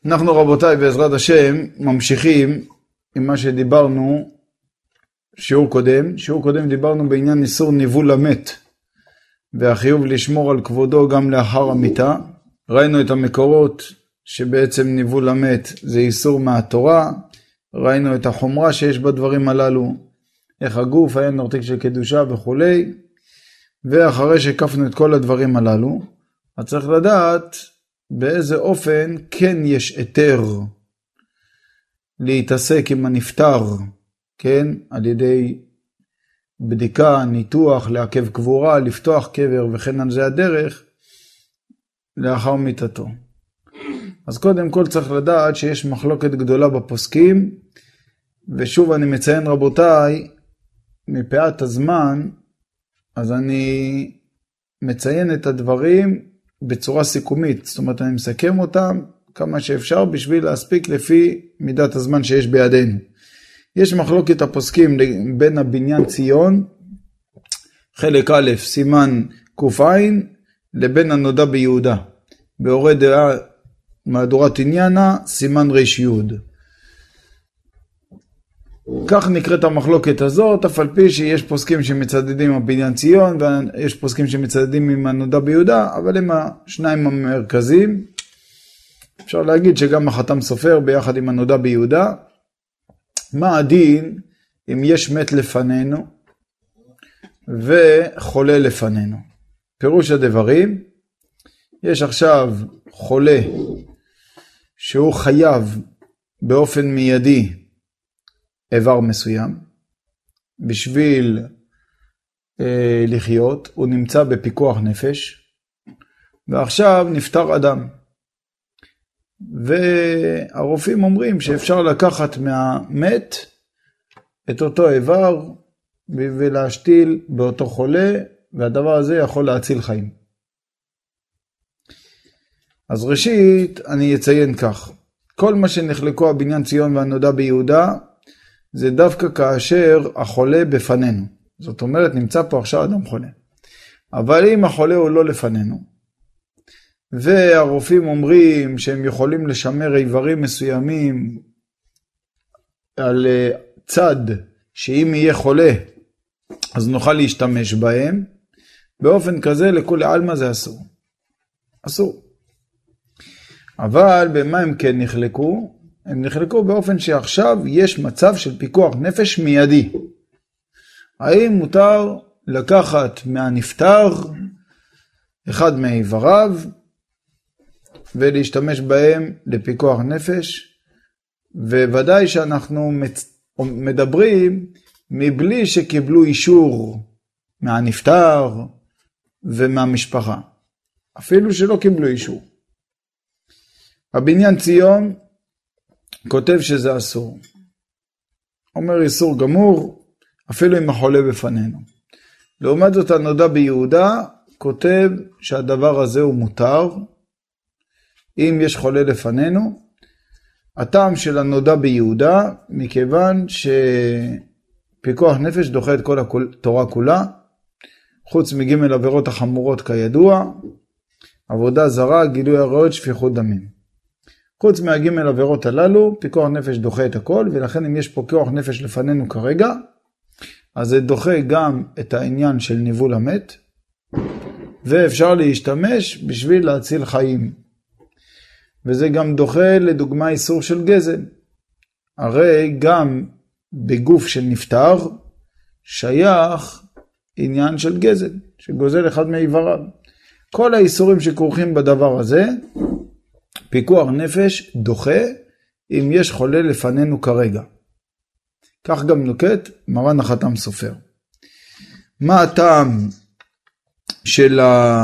אנחנו רבותיי בעזרת השם ממשיכים עם מה שדיברנו שיעור קודם דיברנו בעניין איסור ניבול המת והחיוב לשמור על כבודו גם לאחר המיתה. ראינו את המקורות שבעצם ניבול המת זה איסור מהתורה, ראינו את החומרה שיש בדברים הללו, איך הגוף היה נרתיק של קדושה וכו'. ואחרי שקפנו את כל הדברים הללו, אז צריך לדעת באיזה אופן כן יש היתר להתעסק עם הנפטר, כן? על ידי בדיקה, ניתוח, לעכב קבורה, לפתוח קבר וכן על זה הדרך לאחר מיתתו. אז קודם כל צריך לדעת שיש מחלוקת גדולה בפוסקים, ושוב אני מציין רבותיי, מפאת הזמן, אז אני מציין את הדברים בצורה סיכומית, זאת אומרת אני מסכם אותם כמה שאפשר בשביל להספיק לפי מידת הזמן שיש בידינו. יש מחלוקת הפוסקים בין הבניין ציון, חלק א' סימן קופיים, לבין הנודע ביהודה. באורי דעה מהדורת עניינה, סימן ריש יוד. כך נקראת המחלוקת הזאת, אף על פי שיש פוסקים שמצדדים עם הבניין ציון, ויש פוסקים שמצדדים עם הנודע ביהודה, אבל הם השניים המרכזיים. אפשר להגיד שגם החתם סופר ביחד עם הנודע ביהודה. מה הדין אם יש מת לפנינו וחולה לפנינו? פירוש הדברים, יש עכשיו חולה שהוא חייב באופן מיידי איבר מסוים בשביל לחיות, הוא נמצא בפיקוח נפש, ועכשיו נפטר אדם, והרופאים אומרים שאפשר לקחת מהמת את אותו איבר ולהשתיל באותו חולה, והדבר הזה יכול להציל חיים. אז ראשית אני אציין כך, כל מה שנחלקו הבניין ציון והנודע ביהודה זה דווקא כאשר החולה בפנינו. זאת אומרת, נמצא פה עכשיו אדם חולה. אבל אם החולה הוא לא לפנינו, והרופאים אומרים שהם יכולים לשמר איברים מסוימים על צד, שאם יהיה חולה, אז נוכל להשתמש בהם, באופן כזה לכולי עלמא זה אסור. אסור. אבל במה הם כן נחלקו? הם נחלקו באופן שעכשיו יש מצב של פיקוח נפש מיידי. האם מותר לקחת מהנפטר אחד מאיבריו ולהשתמש בהם לפיקוח נפש? וודאי שאנחנו מדברים מבלי שקיבלו אישור מהנפטר ומהמשפחה. אפילו שלא קיבלו אישור. הבניין ציון כותב שזה אסור. אומר איסור גמור, אפילו אם החולה בפנינו. לעומת זאת הנודע ביהודה כותב שהדבר הזה הוא מותר, אם יש חולה לפנינו. הטעם של הנודע ביהודה, מכיוון שפיקוח נפש דוחה את כל התורה כולה, חוץ מג' עבירות החמורות כידוע, עבודה זרה, גילוי עריות, שפיכות דמים. חוץ מהג' עבירות הללו, פיקוח נפש דוחה את הכל, ולכן אם יש פה פיקוח נפש לפנינו כרגע, אז זה דוחה גם את העניין של ניבול המת, ואפשר להשתמש בשביל להציל חיים. וזה גם דוחה לדוגמה איסור של גזל. הרי גם בגוף של נפטר, שייך עניין של גזל, שגוזל אחד מאיבריו. כל האיסורים שכרוכים בדבר הזה, פיקוח נפש דוחה אם יש חולה לפנינו כרגע. כך גם נוקט מרן החתם סופר. מה הטעם של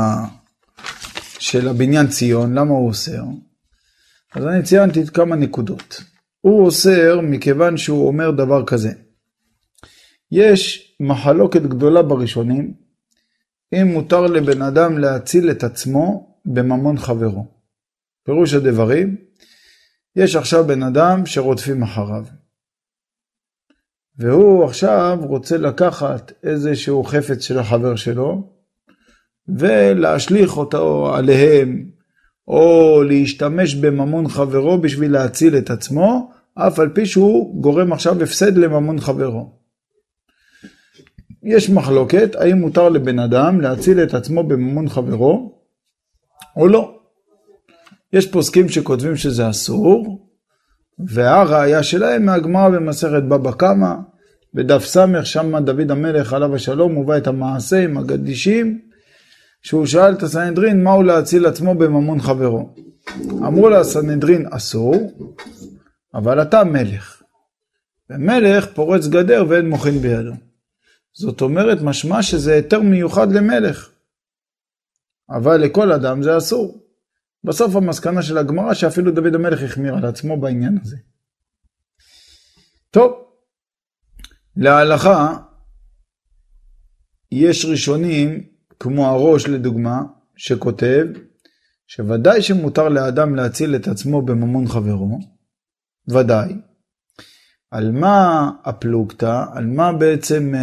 הבניין ציון? למה הוא אוסר? אז אני ציינתי כמה נקודות. הוא אוסר מכיוון שהוא אומר דבר כזה. יש מחלוקת גדולה בראשונים, אם מותר לבן אדם להציל את עצמו בממון חברו. פירוש הדברים, יש עכשיו בן אדם שרודפים אחריו. והוא עכשיו רוצה לקחת איזשהו חפץ של החבר שלו, ולהשליך אותו עליהם, או להשתמש בממון חברו בשביל להציל את עצמו, אף על פי שהוא גורם עכשיו הפסד לממון חברו. יש מחלוקת, האם מותר לבן אדם להציל את עצמו בממון חברו, או לא. יש פוסקים שכותבים שזה אסור, והראיה שלהם מהגמרא במסכת בבא קמא, בדף סמך, שם דוד המלך עליו השלום מובא את המעשה עם הגדישים, שהוא שאל את הסנהדרין מהו להציל עצמו בממון חברו. אמרו לה הסנהדרין אסור, אבל אתה מלך. ומלך פורץ גדר ואין מוחין בידו. זאת אומרת משמע שזה יותר מיוחד למלך. אבל לכל אדם זה אסור. בסוף המסקנה של הגמרא שאפילו דוד המלך החמיר על עצמו בעניין הזה. טוב, להלכה יש ראשונים כמו הראש לדוגמה שכותב שוודאי שמותר לאדם להציל את עצמו בממון חברו, ודאי. על מה הפלוגתא? על מה בעצם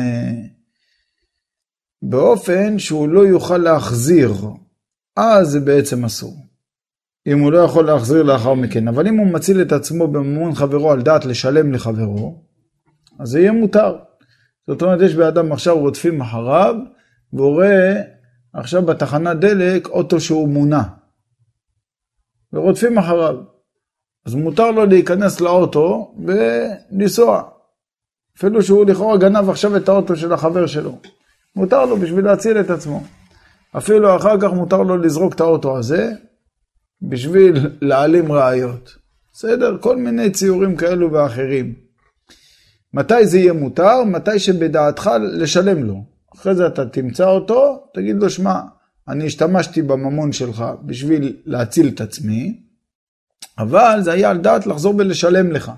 באופן שהוא לא יוכל להחזיר, אז זה בעצם אסור. אם הוא לא יכול להחזיר לאחר מכן, אבל אם הוא מציל את עצמו בממון חברו על דעת לשלם לחברו, אז זה יהיה מותר. זאת אומרת, יש באדם עכשיו רודפים אחריו, והוא רואה עכשיו בתחנת דלק אוטו שהוא מונע. ורודפים אחריו. אז מותר לו להיכנס לאוטו ולנסוע. אפילו שהוא לכאורה גנב עכשיו את האוטו של החבר שלו. מותר לו בשביל להציל את עצמו. אפילו אחר כך מותר לו לזרוק את האוטו הזה, בשביל להעלים ראיות. בסדר? כל מיני ציורים כאלו ואחרים. מתי זה יהיה מותר? מתי שבדעתך לשלם לו. אחרי זה אתה תמצא אותו, תגיד לו, שמע, אני השתמשתי בממון שלך בשביל להציל את עצמי, אבל זה היה על דעת לחזור ולשלם לך.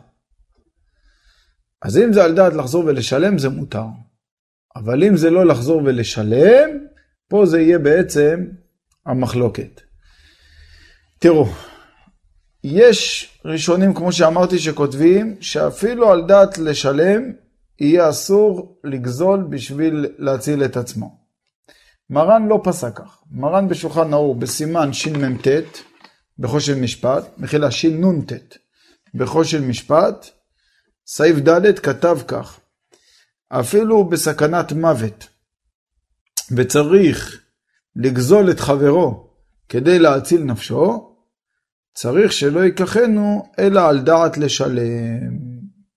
אז אם זה על דעת לחזור ולשלם, זה מותר. אבל אם זה לא לחזור ולשלם, פה זה יהיה בעצם המחלוקת. תראו, יש ראשונים כמו שאמרתי שכותבים, שאפילו על דעת לשלם, יהיה אסור לגזול בשביל להציל את עצמו. מרן לא פסק כך. מרן בשולחן ערוך בסימן שמ"ט בחושן משפט, מחילה שנ"ט בחושן משפט, סעיף ד' כתב כך, אפילו בסכנת מוות, וצריך לגזול את חברו כדי להציל נפשו, צריך שלא ייקחנו אלא על דעת לשלם.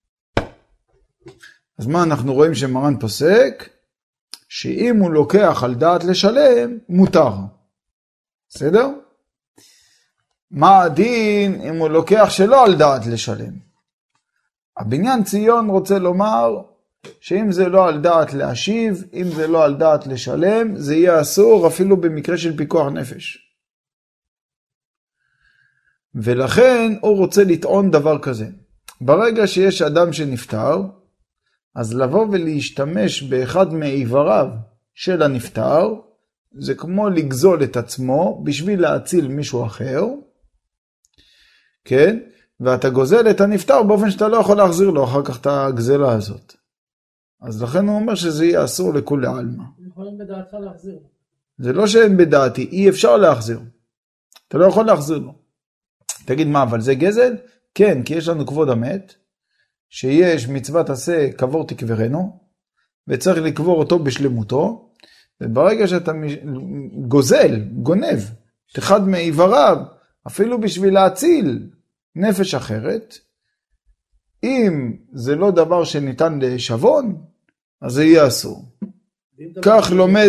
אז מה אנחנו רואים שמרן פוסק? שאם הוא לוקח על דעת לשלם, מותר. בסדר? מה הדין אם הוא לוקח שלא על דעת לשלם? הבניין ציון רוצה לומר שאם זה לא על דעת להשיב, אם זה לא על דעת לשלם, זה יהיה אסור אפילו במקרה של פיקוח נפש. ולכן הוא רוצה לטעון דבר כזה. ברגע שיש אדם שנפטר, אז לבוא ולהשתמש באחד מאיבריו של הנפטר, זה כמו לגזול את עצמו בשביל להציל מישהו אחר, כן? ואתה גוזל את הנפטר באופן שאתה לא יכול להחזיר לו אחר כך את הגזלה הזאת. אז לכן הוא אומר שזה יהיה אסור לכולי עלמא. יכולים בדעתך להחזיר. זה לא שאין בדעתי, אי אפשר להחזיר. אתה לא יכול להחזיר לו. תגיד מה, אבל זה גזל? כן, כי יש לנו כבוד המת, שיש מצוות עשה קבור תקברנו, וצריך לקבור אותו בשלמותו, וברגע שאתה גוזל, גונב, את אחד מאיבריו, אפילו בשביל להציל נפש אחרת, אם זה לא דבר שניתן לשבון, אז זה יהיה אסור. כך לומד,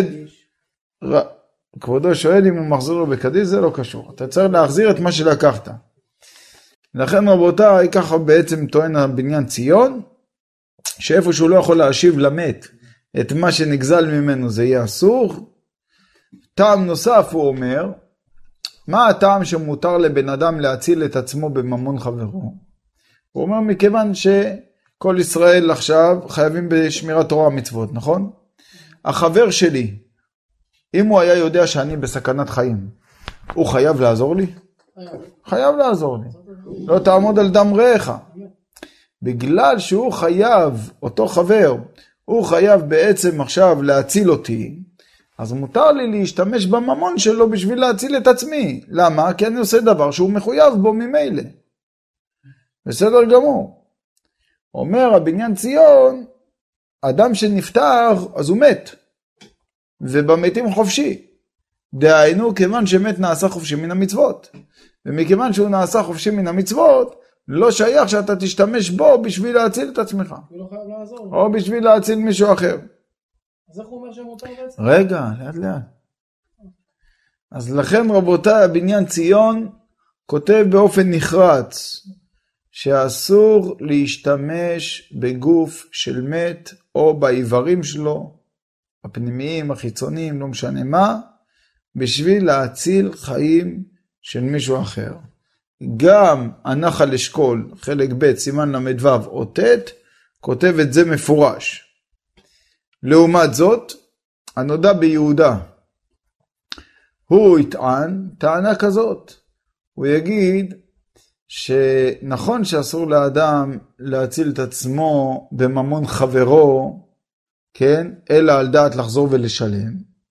כבודו שואל אם הוא מחזיר לו בקדיש, זה לא קשור. אתה צריך להחזיר את מה שלקחת. לכן רבותיי, ככה בעצם טוען הבניין ציון, שאיפה שהוא לא יכול להשיב למת את מה שנגזל ממנו זה יהיה אסור. טעם נוסף הוא אומר, מה הטעם שמותר לבן אדם להציל את עצמו בממון חברו? הוא אומר מכיוון שכל ישראל עכשיו חייבים בשמירת תורה ומצוות, נכון? החבר שלי, אם הוא היה יודע שאני בסכנת חיים, הוא חייב לעזור לי? חייב לעזור לי. לא תעמוד על דם רעך. בגלל שהוא חייב, אותו חבר, הוא חייב בעצם עכשיו להציל אותי, אז מותר לי להשתמש בממון שלו בשביל להציל את עצמי. למה? כי אני עושה דבר שהוא מחויב בו ממילא. בסדר גמור. אומר הבניין ציון, אדם שנפטר, אז הוא מת. ובמתים חופשי. דהיינו, כיוון שמת נעשה חופשי מן המצוות. ומכיוון שהוא נעשה חופשי מן המצוות, לא שייך שאתה תשתמש בו בשביל להציל את עצמך. הוא לא חייב לעזור. או בשביל להציל מישהו אחר. אז איך הוא אומר שמותר בעצם? רגע, לאט לאט. אז לכן רבותיי, הבניין ציון כותב באופן נחרץ, שאסור להשתמש בגוף של מת או באיברים שלו, הפנימיים, החיצוניים, לא משנה מה, בשביל להציל חיים של מישהו אחר. גם הנחל אשכול, חלק ב' סימן למדו או ת', כותב את זה מפורש. לעומת זאת, הנודע ביהודה, הוא יטען טענה כזאת. הוא יגיד שנכון שאסור לאדם להציל את עצמו בממון חברו, כן? אלא על דעת לחזור ולשלם.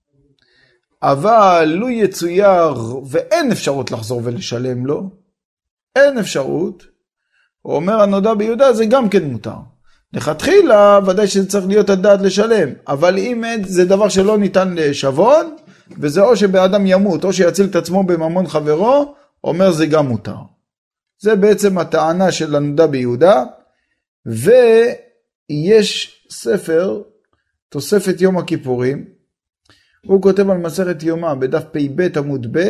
אבל לו יצויר ואין אפשרות לחזור ולשלם לו, אין אפשרות, הוא אומר הנודע ביהודה זה גם כן מותר. לכתחילה ודאי שזה צריך להיות הדעת לשלם, אבל אם זה דבר שלא ניתן לשבון, וזה או שבאדם ימות או שיציל את עצמו בממון חברו, אומר זה גם מותר. זה בעצם הטענה של הנודע ביהודה, ויש ספר, תוספת יום הכיפורים, הוא כותב על מסכת יומא בדף פ"ב עמוד ב',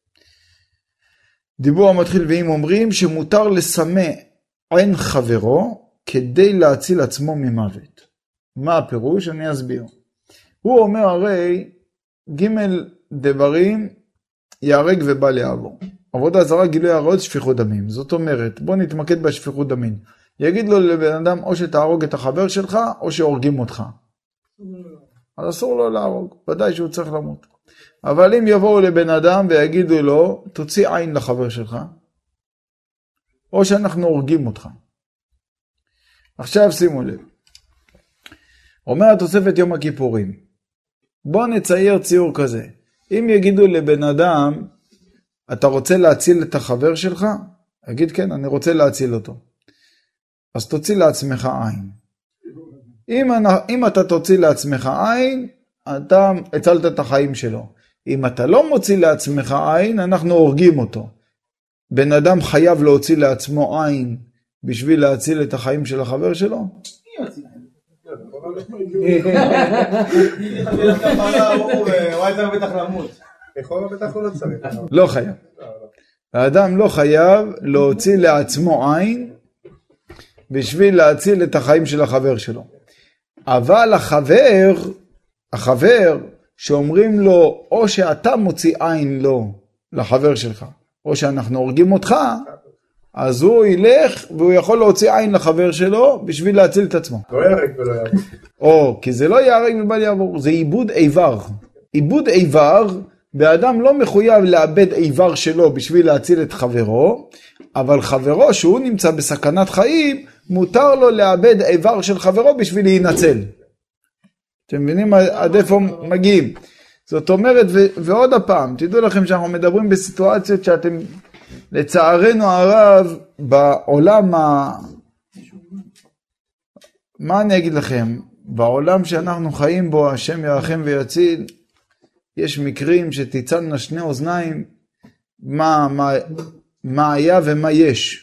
דיבור המתחיל ואם אומרים שמותר לסמא עין חברו כדי להציל עצמו ממוות. מה הפירוש? אני אסביר. הוא אומר הרי ג' דברים יהרג ובל יעבור. עבודה זרה גילוי עריות שפיכות דמים. זאת אומרת, בוא נתמקד בשפיכות דמים. יגיד לו לבן אדם או שתהרוג את החבר שלך או שהורגים אותך. אז אסור לו להרוג, ודאי שהוא צריך למות. אבל אם יבואו לבן אדם ויגידו לו, תוציא עין לחבר שלך, או שאנחנו הורגים אותך. עכשיו שימו לב. אומר התוספת יום הכיפורים, בוא נצייר ציור כזה. אם יגידו לבן אדם, אתה רוצה להציל את החבר שלך? יגיד כן, אני רוצה להציל אותו. אז תוציא לעצמך עין. אם אתה תוציא לעצמך עין, אתה הצלת את החיים שלו. אם אתה לא מוציא לעצמך עין, אנחנו הורגים אותו. בן אדם חייב להוציא לעצמו עין בשביל להציל את החיים של החבר שלו? לא חייב. האדם לא חייב להוציא לעצמו עין בשביל להציל את החיים של החבר שלו. אבל החבר שאומרים לו או שאתה מוציא עין לו לחבר שלך או שאנחנו הורגים אותך, אז הוא ילך והוא יכול להוציא עין לחבר שלו בשביל להציל את עצמו. לא יהרג ולא יעבור. או, כי זה לא יהרג ובל יעבור, זה עיבוד איבר. עיבוד איבר, באדם לא מחויב לאבד איבר שלו בשביל להציל את חברו, אבל חברו שהוא נמצא בסכנת חיים, מותר לו לאבד איבר של חברו בשביל להינצל. אתם מבינים עד איפה מגיעים? זאת אומרת, ועוד הפעם, תדעו לכם שאנחנו מדברים בסיטואציות שאתם, לצערנו הרב, בעולם מה אני אגיד לכם? בעולם שאנחנו חיים בו, השם ירחם ויציל, יש מקרים שתיצלנה שני אוזניים, מה היה ומה יש.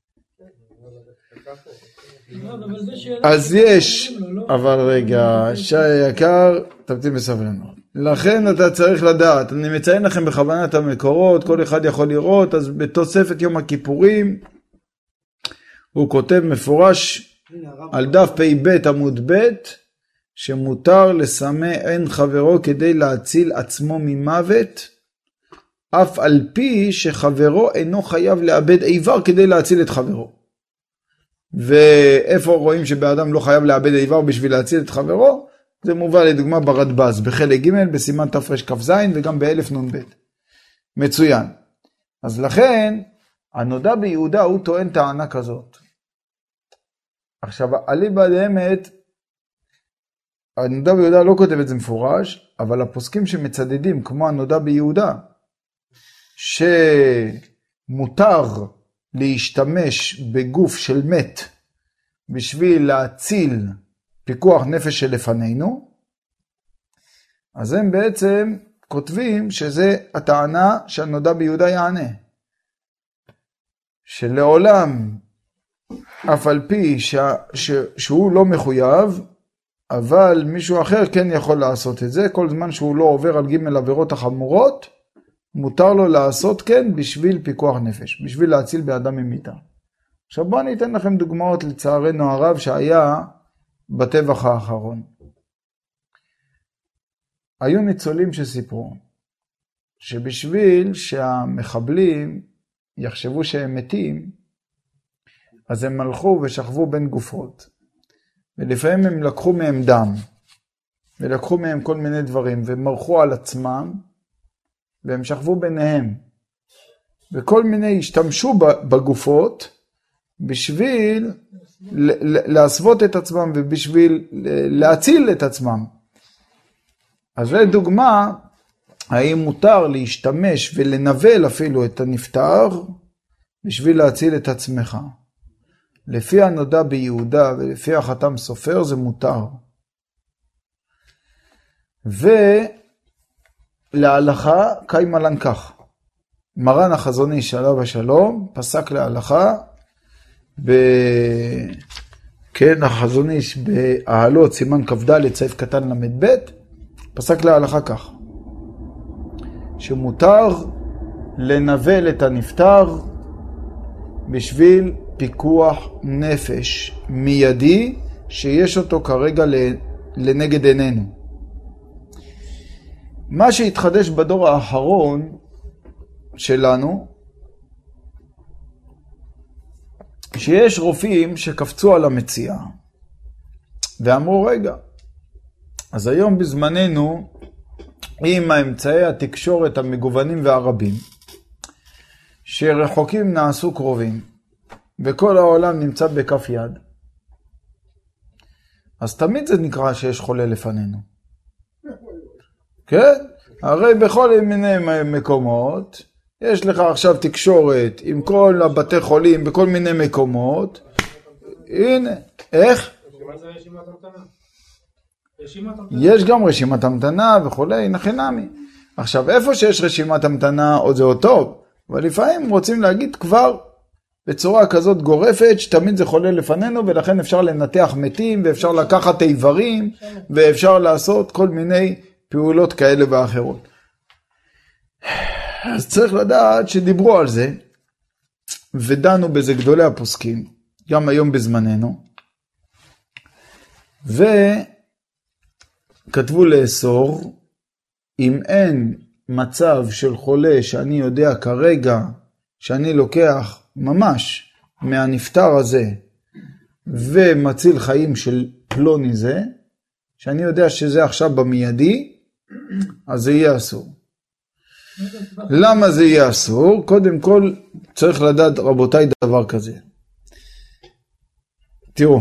אז יש, אבל רגע, שי יקר, תמתין בסבלנות. לכן אתה צריך לדעת, אני מציין לכם בכוונת המקורות, כל אחד יכול לראות, אז בתוספת יום הכיפורים, הוא כותב מפורש על דף פ"ב עמוד ב', שמותר לסמא עין חברו כדי להציל עצמו ממוות, אף על פי שחברו אינו חייב לאבד איבר כדי להציל את חברו. ואיפה רואים שבאדם לא חייב לאבד איבר בשביל להציל את חברו? זה מובא לדוגמה ברדב"ז, בחלק ג' בסימן תרכ"ז וגם באלף נ"ב. מצוין. אז לכן, הנודע ביהודה הוא טוען טענה כזאת. עכשיו, אליבא דאמת, הנודע ביהודה לא כותב את זה מפורש, אבל הפוסקים שמצדדים, כמו הנודע ביהודה, שמותר להשתמש בגוף של מת בשביל להציל פיקוח נפש שלפנינו, אז הם בעצם כותבים שזה הטענה שהנודע ביהודה יענה. שלעולם, אף על פי שהוא לא מחויב, אבל מישהו אחר כן יכול לעשות את זה, כל זמן שהוא לא עובר על ג' עבירות החמורות, מותר לו לעשות כן בשביל פיקוח נפש, בשביל להציל באדם ממיתה. עכשיו בואו אני אתן לכם דוגמאות לצערנו הרב שהיה בטבח האחרון. היו ניצולים שסיפרו שבשביל שהמחבלים יחשבו שהם מתים, אז הם הלכו ושכבו בין גופות. ולפעמים הם לקחו מהם דם, ולקחו מהם כל מיני דברים, ומרחו על עצמם, והם שכבו ביניהם. וכל מיני השתמשו בגופות, בשביל להסוות את עצמם, ובשביל להציל את עצמם. אז לדוגמה, האם מותר להשתמש ולנבל אפילו את הנפטר, בשביל להציל את עצמך. לפי הנודע ביהודה ולפי החתם סופר זה מותר. ולהלכה קיימה לן כך. מרן החזון איש עליו השלום פסק להלכה כן, החזון איש באהלות סימן כ"ד סעיף קטן למ"ב פסק להלכה כך. שמותר לנבל את הנפטר בשביל פיקוח נפש מיידי שיש אותו כרגע לנגד עינינו. מה שהתחדש בדור האחרון שלנו, שיש רופאים שקפצו על המציאה ואמרו רגע, אז היום בזמננו עם האמצעי התקשורת המגוונים והרבים שרחוקים נעשו קרובים וכל העולם נמצא בכף יד, אז תמיד זה נקרא שיש חולה לפנינו. כן? הרי בכל מיני מקומות יש לך עכשיו תקשורת עם כל הבתי חולים בכל מיני מקומות. הנה, איך? יש גם רשימת המתנה וכולי, נחינמי. עכשיו, איפה שיש רשימת המתנה עוד זה עוד טוב, אבל לפעמים רוצים להגיד כבר בצורה כזאת גורפת שתמיד זה חולה לפנינו, ולכן אפשר לנתח מתים ואפשר לקחת איברים ואפשר לעשות כל מיני פעולות כאלה ואחרות. אז צריך לדעת שדיברו על זה ודנו בזה גדולי הפוסקים, גם היום בזמננו, וכתבו לאסור, אם אין מצב של חולה שאני יודע כרגע שאני לוקח ממש מהנפטר הזה ומציל חיים של פלוני זה, שאני יודע שזה עכשיו במיידי, אז זה יהיה אסור. למה זה יהיה אסור? קודם כל צריך לדעת רבותיי דבר כזה. תראו,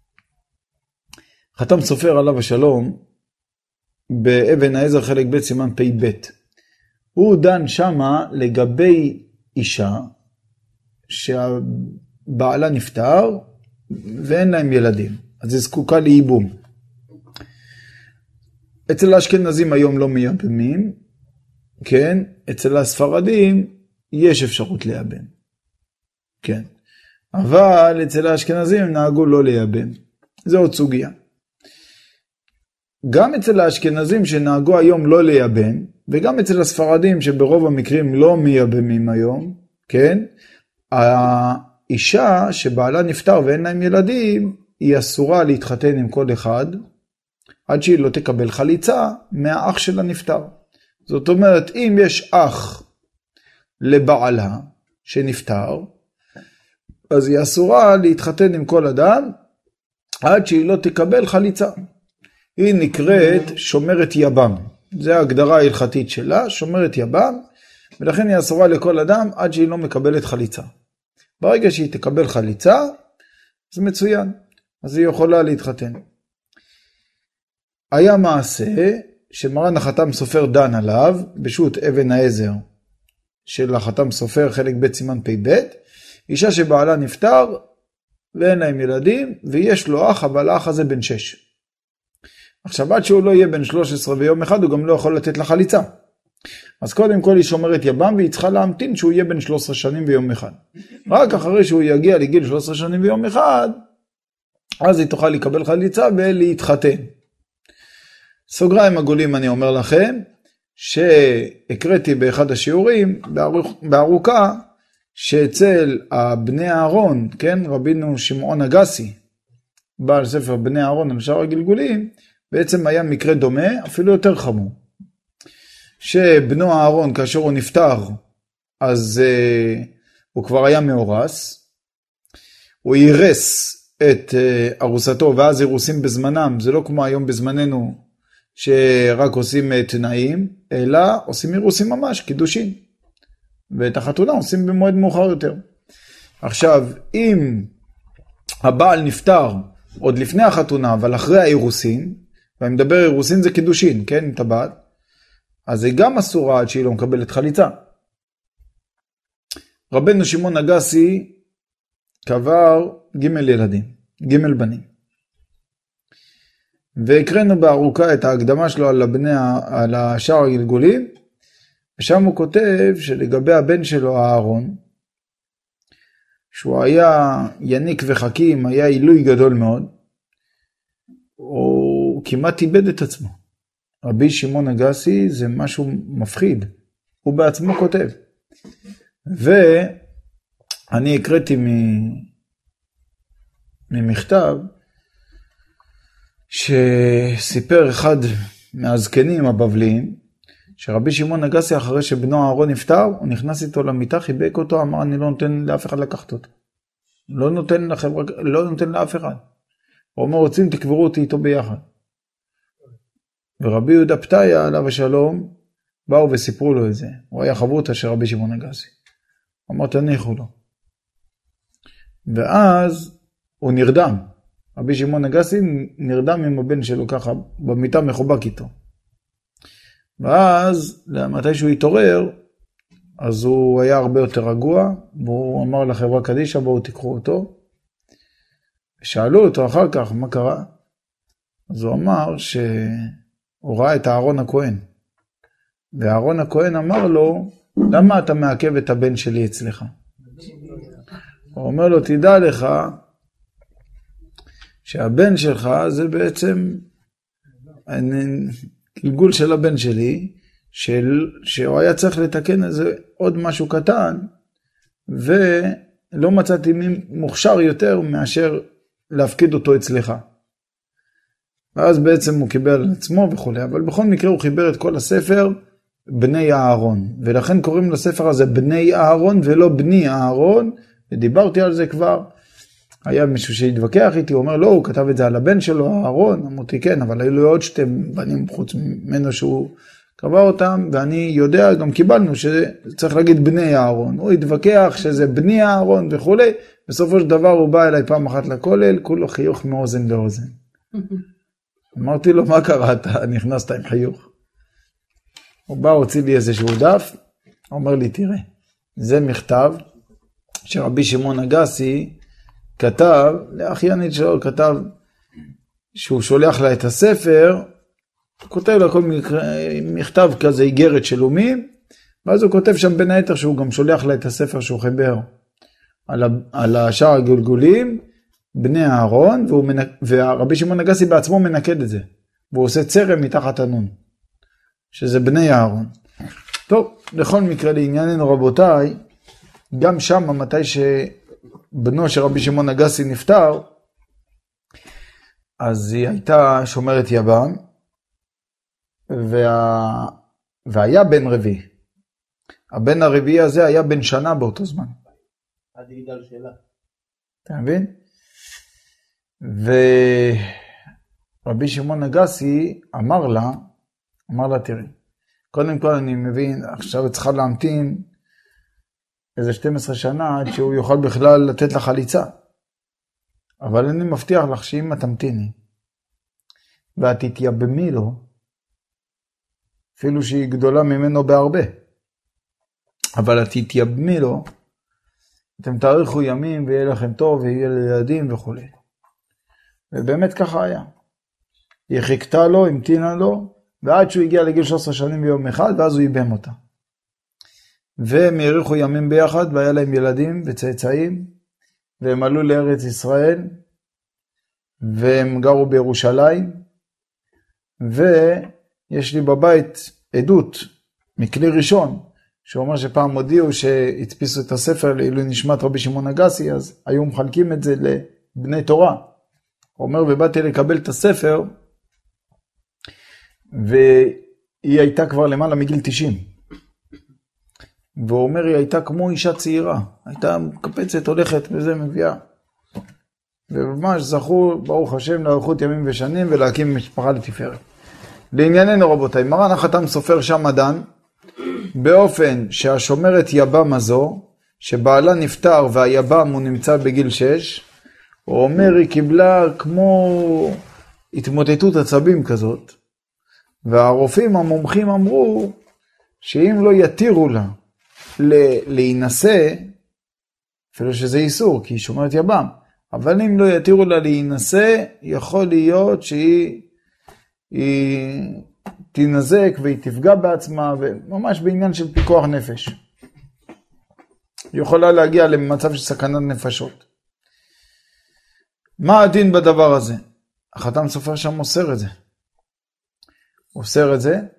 חתם סופר עליו השלום באבן העזר חלק ב' סימן פי ב', הוא דן שמה לגבי אישה שהבעלה נפטר ואין להם ילדים, אז היא זקוקה לייבום. אצל האשכנזים היום לא מייבמים, כן? אצל הספרדים יש אפשרות לייבם, כן? אבל אצל האשכנזים נהגו לא לייבם, זה עוד סוגיה. גם אצל האשכנזים שנהגו היום לא לייבם, וגם אצל הספרדים שברוב המקרים לא מייבמים היום, כן? האישה שבעלה נפטר ואין להם ילדים, היא אסורה להתחתן עם כל אחד, עד שהיא לא תקבל חליצה מהאח של הנפטר. זאת אומרת, אם יש אח לבעלה שנפטר, אז היא אסורה להתחתן עם כל אדם, עד שהיא לא תקבל חליצה. היא נקראת שומרת יבם. זו ההגדרה ההלכתית שלה, שומרת יבם, ולכן היא אסורה לכל אדם עד שהיא לא מקבלת חליצה. ברגע שהיא תקבל חליצה, זה מצוין. אז היא יכולה להתחתן. היה מעשה שמרן החתם סופר דן עליו, בשו"ת אבן העזר של החתם סופר חלק ב' סימן פ"ב, אישה שבעלה נפטר ואין להם ילדים, ויש לו אח, אבל האח הזה בן 6. עכשיו עד שהוא לא יהיה בן 13 ויום אחד, הוא גם לא יכול לתת לה חליצה. אז קודם כל היא שומרת יבם, והיא צריכה להמתין שהוא יהיה בן 13 שנים ויום אחד. רק אחרי שהוא יגיע לגיל 13 שנים ויום אחד, אז היא תוכל לקבל חליצה ולהתחתן. סוגריים עגולים אני אומר לכם, שהקראתי באחד השיעורים, בארוכה, שאצל בני אהרון, כן, רבינו שמעון אגסי, בעל ספר בני אהרון על שאר הגלגולים, בעצם היה מקרה דומה, אפילו יותר חמור. שבנו אהרון, כאשר הוא נפטר, אז הוא כבר היה מאורס, הוא יירס את ארוסתו, ואז אירוסים בזמנם, זה לא כמו היום בזמננו, שרק עושים תנאים, אלא עושים אירוסים ממש, קידושין. ואת החתונה עושים במועד מאוחר יותר. עכשיו, אם הבעל נפטר עוד לפני החתונה, אבל אחרי האירוסין, ואני מדבר אירוסין זה קידושין, כן, את הבעל, אז זה גם אסורה עד שהיא לא מקבלת חליצה. רבנו שמעון אגסי קבר ג' ילדים, ג' בנים. והקראנו בארוכה את ההקדמה שלו על השאר הגלגולים, ושם הוא כותב שלגבי הבן שלו אהרון, שהוא היה יניק וחכים, היה עילוי גדול מאוד, הוא כמעט איבד את עצמו. רבי שמעון אגסי זה משהו מפחיד, הוא בעצמו כותב. ואני הקראתי ממכתב, שסיפר אחד מהזקנים הבבליים, שרבי שמעון אגסי אחרי שבנו אהרון נפטר, הוא נכנס איתו למיטה, חיבק אותו, אמר אני לא נותן לאף אחד לקחת אותו. לא נותן לאף אחד. הוא אומר רוצים תקברו אותי איתו ביחד. ורבי יהודה פתאיה עליו השלום, באו וסיפרו לו את זה. הוא היה חברותא של רבי שמעון אגסי. הוא אמר תניחו לו. ואז הוא נרדם. רבי שמעון אגסי נרדם עם הבן שלו ככה, במיטה מחובק איתו. ואז, מתי שהוא התעורר, אז הוא היה הרבה יותר רגוע, והוא אמר לחברה קדישה, בואו תיקחו אותו. ושאלו אותו אחר כך, מה קרה? אז הוא אמר שהוא ראה את אהרון הכהן. ואהרון הכהן אמר לו, למה אתה מעכב את הבן שלי אצלך? הוא אומר לו, תדע לך, שהבן שלך זה בעצם גלגול של הבן שלי, שהוא היה צריך לתקן איזה עוד משהו קטן, ולא מצאתי מי מוכשר יותר מאשר להפקיד אותו אצלך. ואז בעצם הוא קיבל על עצמו וכו'. אבל בכל מקרה הוא חיבר את כל הספר בני אהרון, ולכן קוראים לספר הזה בני אהרון ולא בני אהרון, ודיברתי על זה כבר. היה מישהו שהתווכח איתי, הוא אומר לא, הוא כתב את זה על הבן שלו, אהרון. אמרתי כן, אבל היו לו עוד שתי בנים חוץ ממנו שהוא קבע אותם, ואני יודע, גם קיבלנו שצריך להגיד בני אהרון. הוא התווכח שזה בני אהרון וכו'. בסופו של דבר הוא בא אליי פעם אחת לכולל, כולו חיוך מאוזן לאוזן. אמרתי לו, מה קרה? אתה נכנסת עם חיוך. הוא בא, הוציא לי איזשהו דף, אומר לי, תראה, זה מכתב שרבי שמעון אגסי כתב, לאחיינית שלו כתב, שהוא שולח לה את הספר, כותב לה כל מכתב כזה, איגרת של אומים, ואז הוא כותב שם בין היתר שהוא גם שולח לה את הספר שהוא חיבר, על השאר הגלגולים, בני אהרון, והרבי שמעון אגסי בעצמו מנקד את זה, והוא עושה צרם מתחת הנון, שזה בני אהרון. טוב, לכל מקרה לענייננו רבותיי, גם שם מתי שבנו של רבי שמעון אגסי נפטר, אז היא הייתה שומרת יבם, והיה בן רביעי. הבן הרביעי הזה היה בן שנה באותו זמן. עד יגדל שאלה. אתה מבין? ורבי שמעון אגסי אמר לה, תראי, קודם כל אני מבין, עכשיו צריכה להמתין איזה 12 שנה עד שהוא יוכל בכלל לתת לך חליצה. אבל אני מבטיח לך שאם את תמתיני, והתתייבמי לו, אפילו שהיא גדולה ממנו בהרבה. אבל התתייבמי לו, אתם תאריכו ימים ויהיה לכם טוב ויהיה לילדים וכו'. ובאמת ככה היה. היא חיכתה לו, המתינה לו, ועד שהוא הגיע לגיל 13 שנים ביום אחד, ואז הוא ייבם אותה. והם האריכו ימים ביחד, והיה להם ילדים וצאצאים, והם עלו לארץ ישראל, והם גרו בירושלים, ויש לי בבית עדות מכלי ראשון, שאומר שפעם הודיעו שהדפיסו את הספר לעילוי נשמת רבי שמעון אגסי, אז היו מחלקים את זה לבני תורה. הוא אומר, ובאתי לקבל את הספר, והיא הייתה כבר למעלה מגיל 90. והוא אומר, היא הייתה כמו אישה צעירה, הייתה מקפצת, הולכת וזה מביאה. וממש זכו, ברוך השם, לאריכות ימים ושנים ולהקים משפחה לתפארת. לענייננו רבותיי, מרן החתם סופר שם דן, באופן שהשומרת יבם הזו, שבעלה נפטר והיבם הוא נמצא בגיל 6, הוא אומר, היא קיבלה כמו התמוטטות עצבים כזאת, והרופאים המומחים אמרו, שאם לא יתירו לה להינשא, אפילו שזה איסור, כי היא שומרת יבם, אבל אם לא יתירו לה להינשא, יכול להיות שהיא תינזק והיא תפגע בעצמה, וממש בעניין של פיקוח נפש. היא יכולה להגיע למצב של סכנת נפשות. מה הדין בדבר הזה? החתם סופר שם אוסר את זה. אוסר את זה,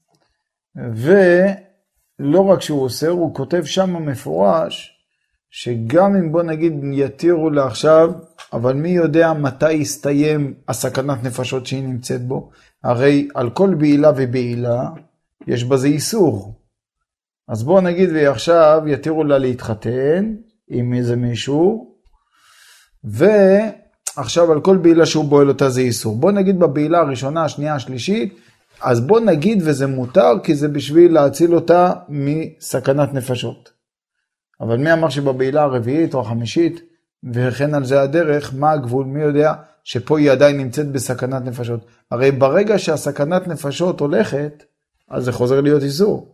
ולא רק שהוא אוסר, הוא כותב שם מפורש, שגם אם בוא נגיד יתירו לה עכשיו, אבל מי יודע מתי יסתיים הסכנת נפשות שהיא נמצאת בו? הרי על כל בעילה ובעילה יש בזה איסור. אז בוא נגיד ועכשיו יתירו לה להתחתן עם איזה מישהו, ועכשיו על כל בעילה שהוא בועל אותה זה איסור. בוא נגיד בבעילה הראשונה, השנייה, השלישית, אז בוא נגיד וזה מותר, כי זה בשביל להציל אותה מסכנת נפשות. אבל מי אמר שבבעילה הרביעית או החמישית, וכן על זה הדרך, מה הגבול? מי יודע שפה היא עדיין נמצאת בסכנת נפשות? הרי ברגע שהסכנת נפשות הולכת, אז זה חוזר להיות איסור.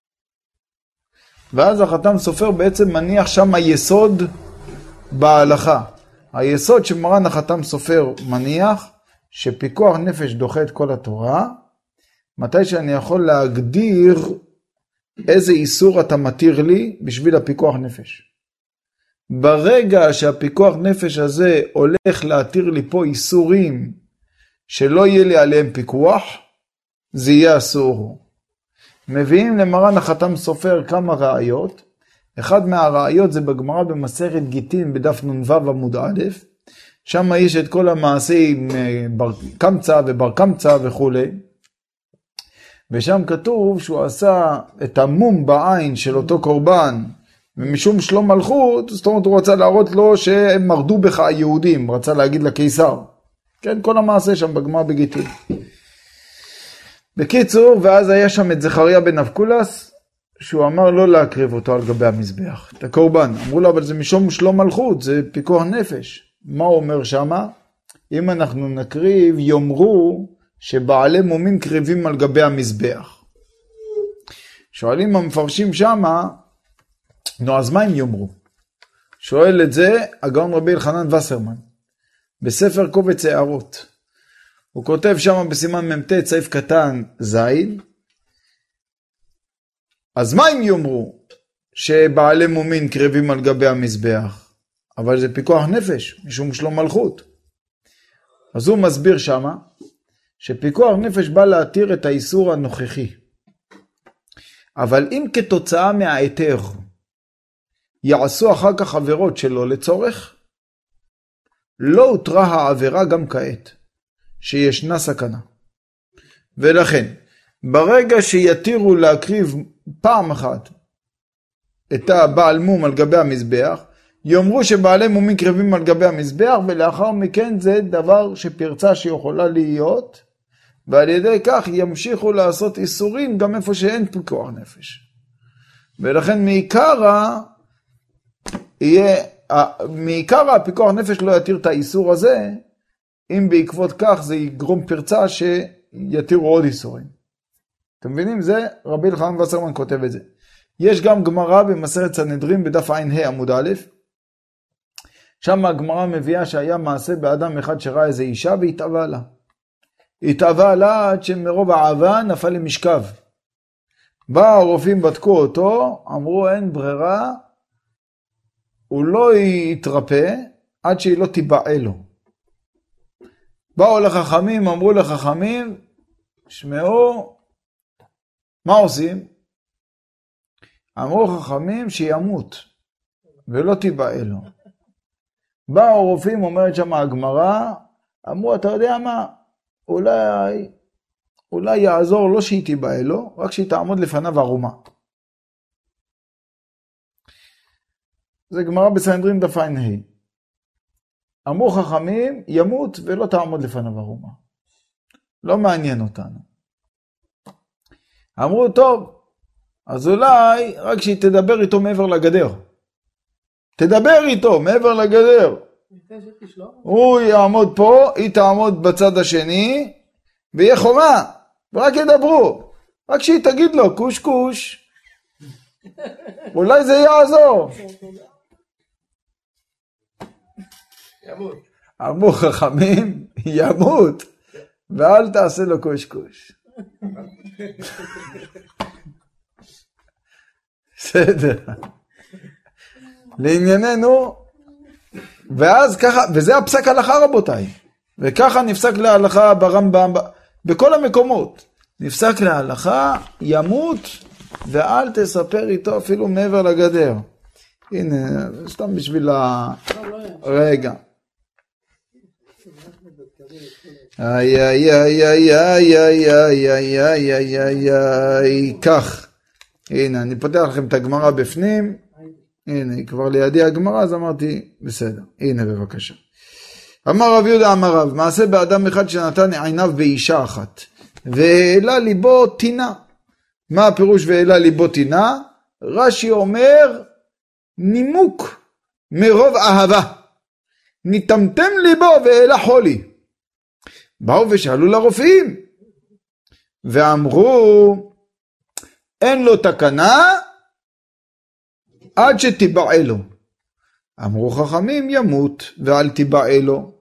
ואז החתם סופר בעצם מניח שם היסוד בהלכה. היסוד שמרן החתם סופר מניח, שפיקוח נפש דוחה את כל התורה, מתי שאני יכול להגדיר איזה איסור אתה מתיר לי בשביל הפיקוח נפש. ברגע שהפיקוח נפש הזה הולך להתיר לי פה איסורים שלא יהיה לי עליהם פיקוח, זה יהיה אסור. מביאים למרן החתם סופר כמה ראיות. אחד מהראיות זה בגמרא במסכת גיטין בדף נ"ו עמוד א', שם יש את כל המעשים בר קמצא ובר קמצא וכו'. ושם כתוב שהוא עשה את המום בעין של אותו קורבן, ומשום שלום מלכות, זאת אומרת הוא רצה להראות לו שהם מרדו בך היהודים, רצה להגיד לקיסר. כן, כל המעשה שם בגמרא בגיטין. בקיצור, ואז היה שם את זכריה בן אבקולס, שהוא אמר לא להקריב אותו על גבי המזבח, את הקורבן. אמרו לו, אבל זה משום שלום מלכות, זה פיקוח נפש. מה הוא אומר שמה? אם אנחנו נקריב, יאמרו שבעלי מומין קריבים על גבי המזבח. שואלים המפרשים שמה, נו אז מה הם יאמרו? שואל את זה הגאון רבי אלחנן וסרמן, בספר קובץ הערות. הוא כותב שם בסימן מ"ט סעיף קטן זין, אז מה הם יאמרו? שבעלי מומין קריבים על גבי המזבח, אבל זה פיקוח נפש, משום שלום מלכות. אז הוא מסביר שמה, שפיקוח נפש בא להתיר את האיסור הנוכחי. אבל אם כתוצאה מההיתר יעשו אחר כך עבירות שלא לצורך, לא הותרה העבירה גם כעת, שישנה סכנה. ולכן, ברגע שיתירו להקריב פעם אחת את הבעל מום על גבי המזבח, יאמרו שבעלי מומים קריבים על גבי המזבח, ולאחר מכן זה דבר שפרצה שיכולה להיות, ועל ידי כך ימשיכו לעשות איסורים גם איפה שאין פיקוח נפש. ולכן מעיקר הפיקוח נפש לא יתיר את האיסור הזה, אם בעקבות כך זה יגרום פרצה שיתירו עוד איסורים. אתם מבינים? זה רבי אלחנן וסרמן כותב את זה. יש גם גמרא במסכת סנהדרין בדף ע"ה עמוד א', שם הגמרא מביאה שהיה מעשה באדם אחד שראה איזה אישה והתאווה לה. התאווה לה עד שמרוב האהבה נפל למשכב. באו הרופאים, בדקו אותו, אמרו אין ברירה, הוא לא יתרפא עד שהיא לא תיבעה לו. באו לחכמים, אמרו לחכמים, שמעו, מה עושים? אמרו חכמים שימות ולא תיבעה לו. באו הרופאים, אומרת שם הגמרא, אמרו אתה יודע מה, אולי יעזור לא שהיא תיבעה לו, רק שהיא תעמוד לפניו ערומה. זה גמרא בסנהדרין דף ע"ה. אמרו חכמים, ימות ולא תעמוד לפניו ערומה. לא מעניין אותנו. אמרו טוב, אז אולי רק שהיא תדבר איתו מעבר לגדר. תדבר איתו מעבר לגדר. הוא יעמוד פה, היא תעמוד בצד השני, ויהיה חומה, ורק ידברו. רק שהיא תגיד לו, קוש קוש. אולי זה יעזור. ימות. אמרו חכמים, ימות, ואל תעשה לו קוש קוש. בסדר. לענייננו, ואז ככה, וזה הפסק הלכה רבותיי, וככה נפסק להלכה ברמב"ם, בכל המקומות, נפסק להלכה, ימות, ואל תספר איתו אפילו מעבר לגדר. הנה, סתם בשביל רגע. איי איי איי איי איי איי איי איי איי איי כך. הנה, אני פותח לכם את הגמרא בפנים. הנה, כבר לידי הגמרא, אז אמרתי, בסדר. הנה, בבקשה. אמר רב יהודה אמר רב, מעשה באדם אחד שנתן עיניו באישה אחת, והעלה ליבו תינה. מה הפירוש והעלה ליבו תינה? רש"י אומר, נימוק מרוב אהבה. נטמטם ליבו והעלה חולי. באו ושאלו לרופאים, ואמרו, אין לו תקנה, עד שתיבעה לו. אמרו חכמים, ימות ואל תיבעה לו.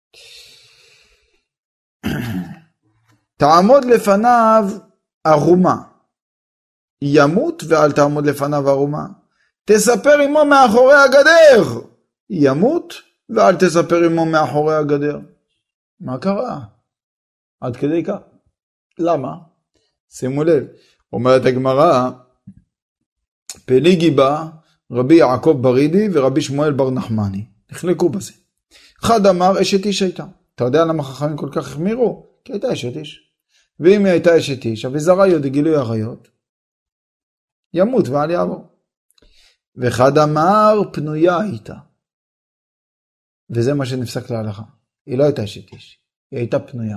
תעמוד לפניו ערומה. ימות ואל תעמוד לפניו ערומה. תספר עמו מאחורי הגדר. ימות ואל תספר עמו מאחורי הגדר. מה קרה? עד כדי כך. למה? שימו לב. אומרת הגמרא, פליגי בא רבי יעקב ברידי ורבי שמואל בר נחמני. נחלקו בזה. אחד אמר אשת איש הייתה. אתה יודע למה חכמים כל כך החמירו? כי הייתה אשת איש. ואם היא הייתה אשת איש, וזרע יהודי גילוי עריות, ימות ואל יעבור. ואחד אמר פנויה הייתה. וזה מה שנפסק להלכה. היא לא הייתה אשת איש. היא הייתה פנויה.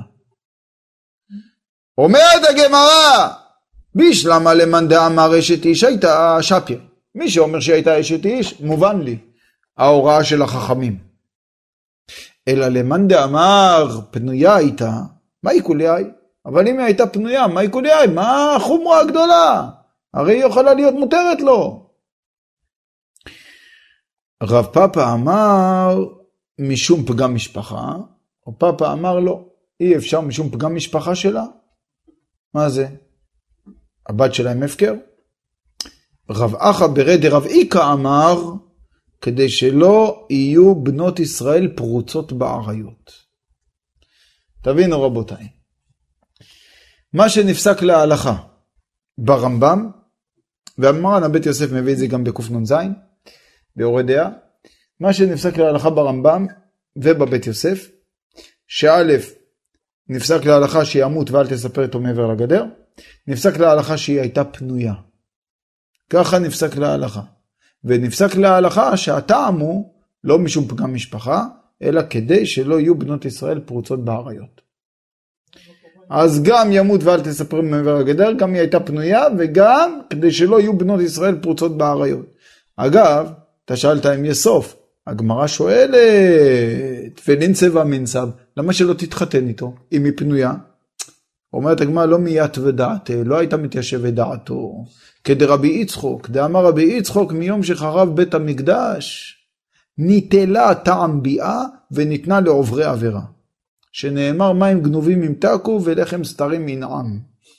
אומרת הגמרא, בישלמה למאן דאמר אשת איש הייתה שפיר. מי שאומר שהייתה אשת איש, מובן לי, ההוראה של החכמים. אלא למאן דאמר פנויה הייתה, מה היא כולי? אבל אם היא הייתה פנויה, מה היא כולי? מה החומרה הגדולה? הרי היא יכולה להיות מותרת לו. רב פאפה אמר משום פגם משפחה, או פאפה אמר לא, אי אפשר משום פגם משפחה שלה. מה זה? הבת שלהם הפקר? רב אחא ברד רב איקה אמר, כדי שלא יהיו בנות ישראל פרוצות בעריות. תבינו רבותיי, מה שנפסק להלכה ברמב"ם, והמרן הבית יוסף מביא את זה גם בקנ"ז, באורי דעה, מה שנפסק להלכה ברמב"ם ובבית יוסף, שא' נפסק להלכה שימות ואל תספר איתו מעבר לגדר, נפסק להלכה שהיא הייתה פנויה. ככה נפסק להלכה. ונפסק להלכה שהטעם הוא לא משום פגם משפחה, אלא כדי שלא יהיו בנות ישראל פרוצות בעריות. אז גם ימות ואל תספר מעבר לגדר, גם היא הייתה פנויה, וגם כדי שלא יהיו בנות ישראל פרוצות בעריות. אגב, אתה שאלת אם יש סוף. הגמרא שואלת, וננסבה מנסב, למה שלא תתחתן איתו, אם היא פנויה? אומרת הגמרא, לא מיית ודעתה, לא הייתה מתיישבת דעתו. כדרבי יצחוק, דאמר רבי יצחוק, מיום שחרב בית המקדש, ניטלה טעם ביאה וניתנה לעוברי עבירה. שנאמר מים גנובים ימתקו ולחם סתרים ינעם.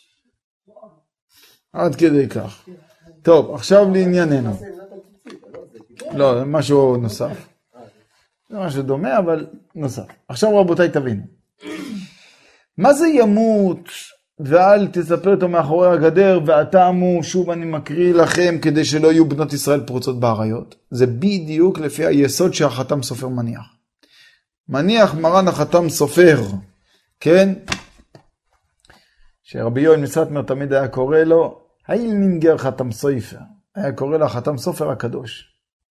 עד כדי כך. טוב, עכשיו לענייננו. לא, זה משהו נוסף. זה משהו דומה, אבל נוסף. עכשיו רבותיי תבינו. מה זה ימות ואל תספר אותו מאחורי הגדר ואתה מו, שוב אני מקריא לכם כדי שלא יהיו בנות ישראל פרוצות בעריות. זה בדיוק לפי היסוד שהחתם סופר מניח. מניח מרן החתם סופר, כן? שרבי יואל מסטמר תמיד היה קורא לו, היילנינגר חתם סופר. היה קורא לו החתם סופר הקדוש.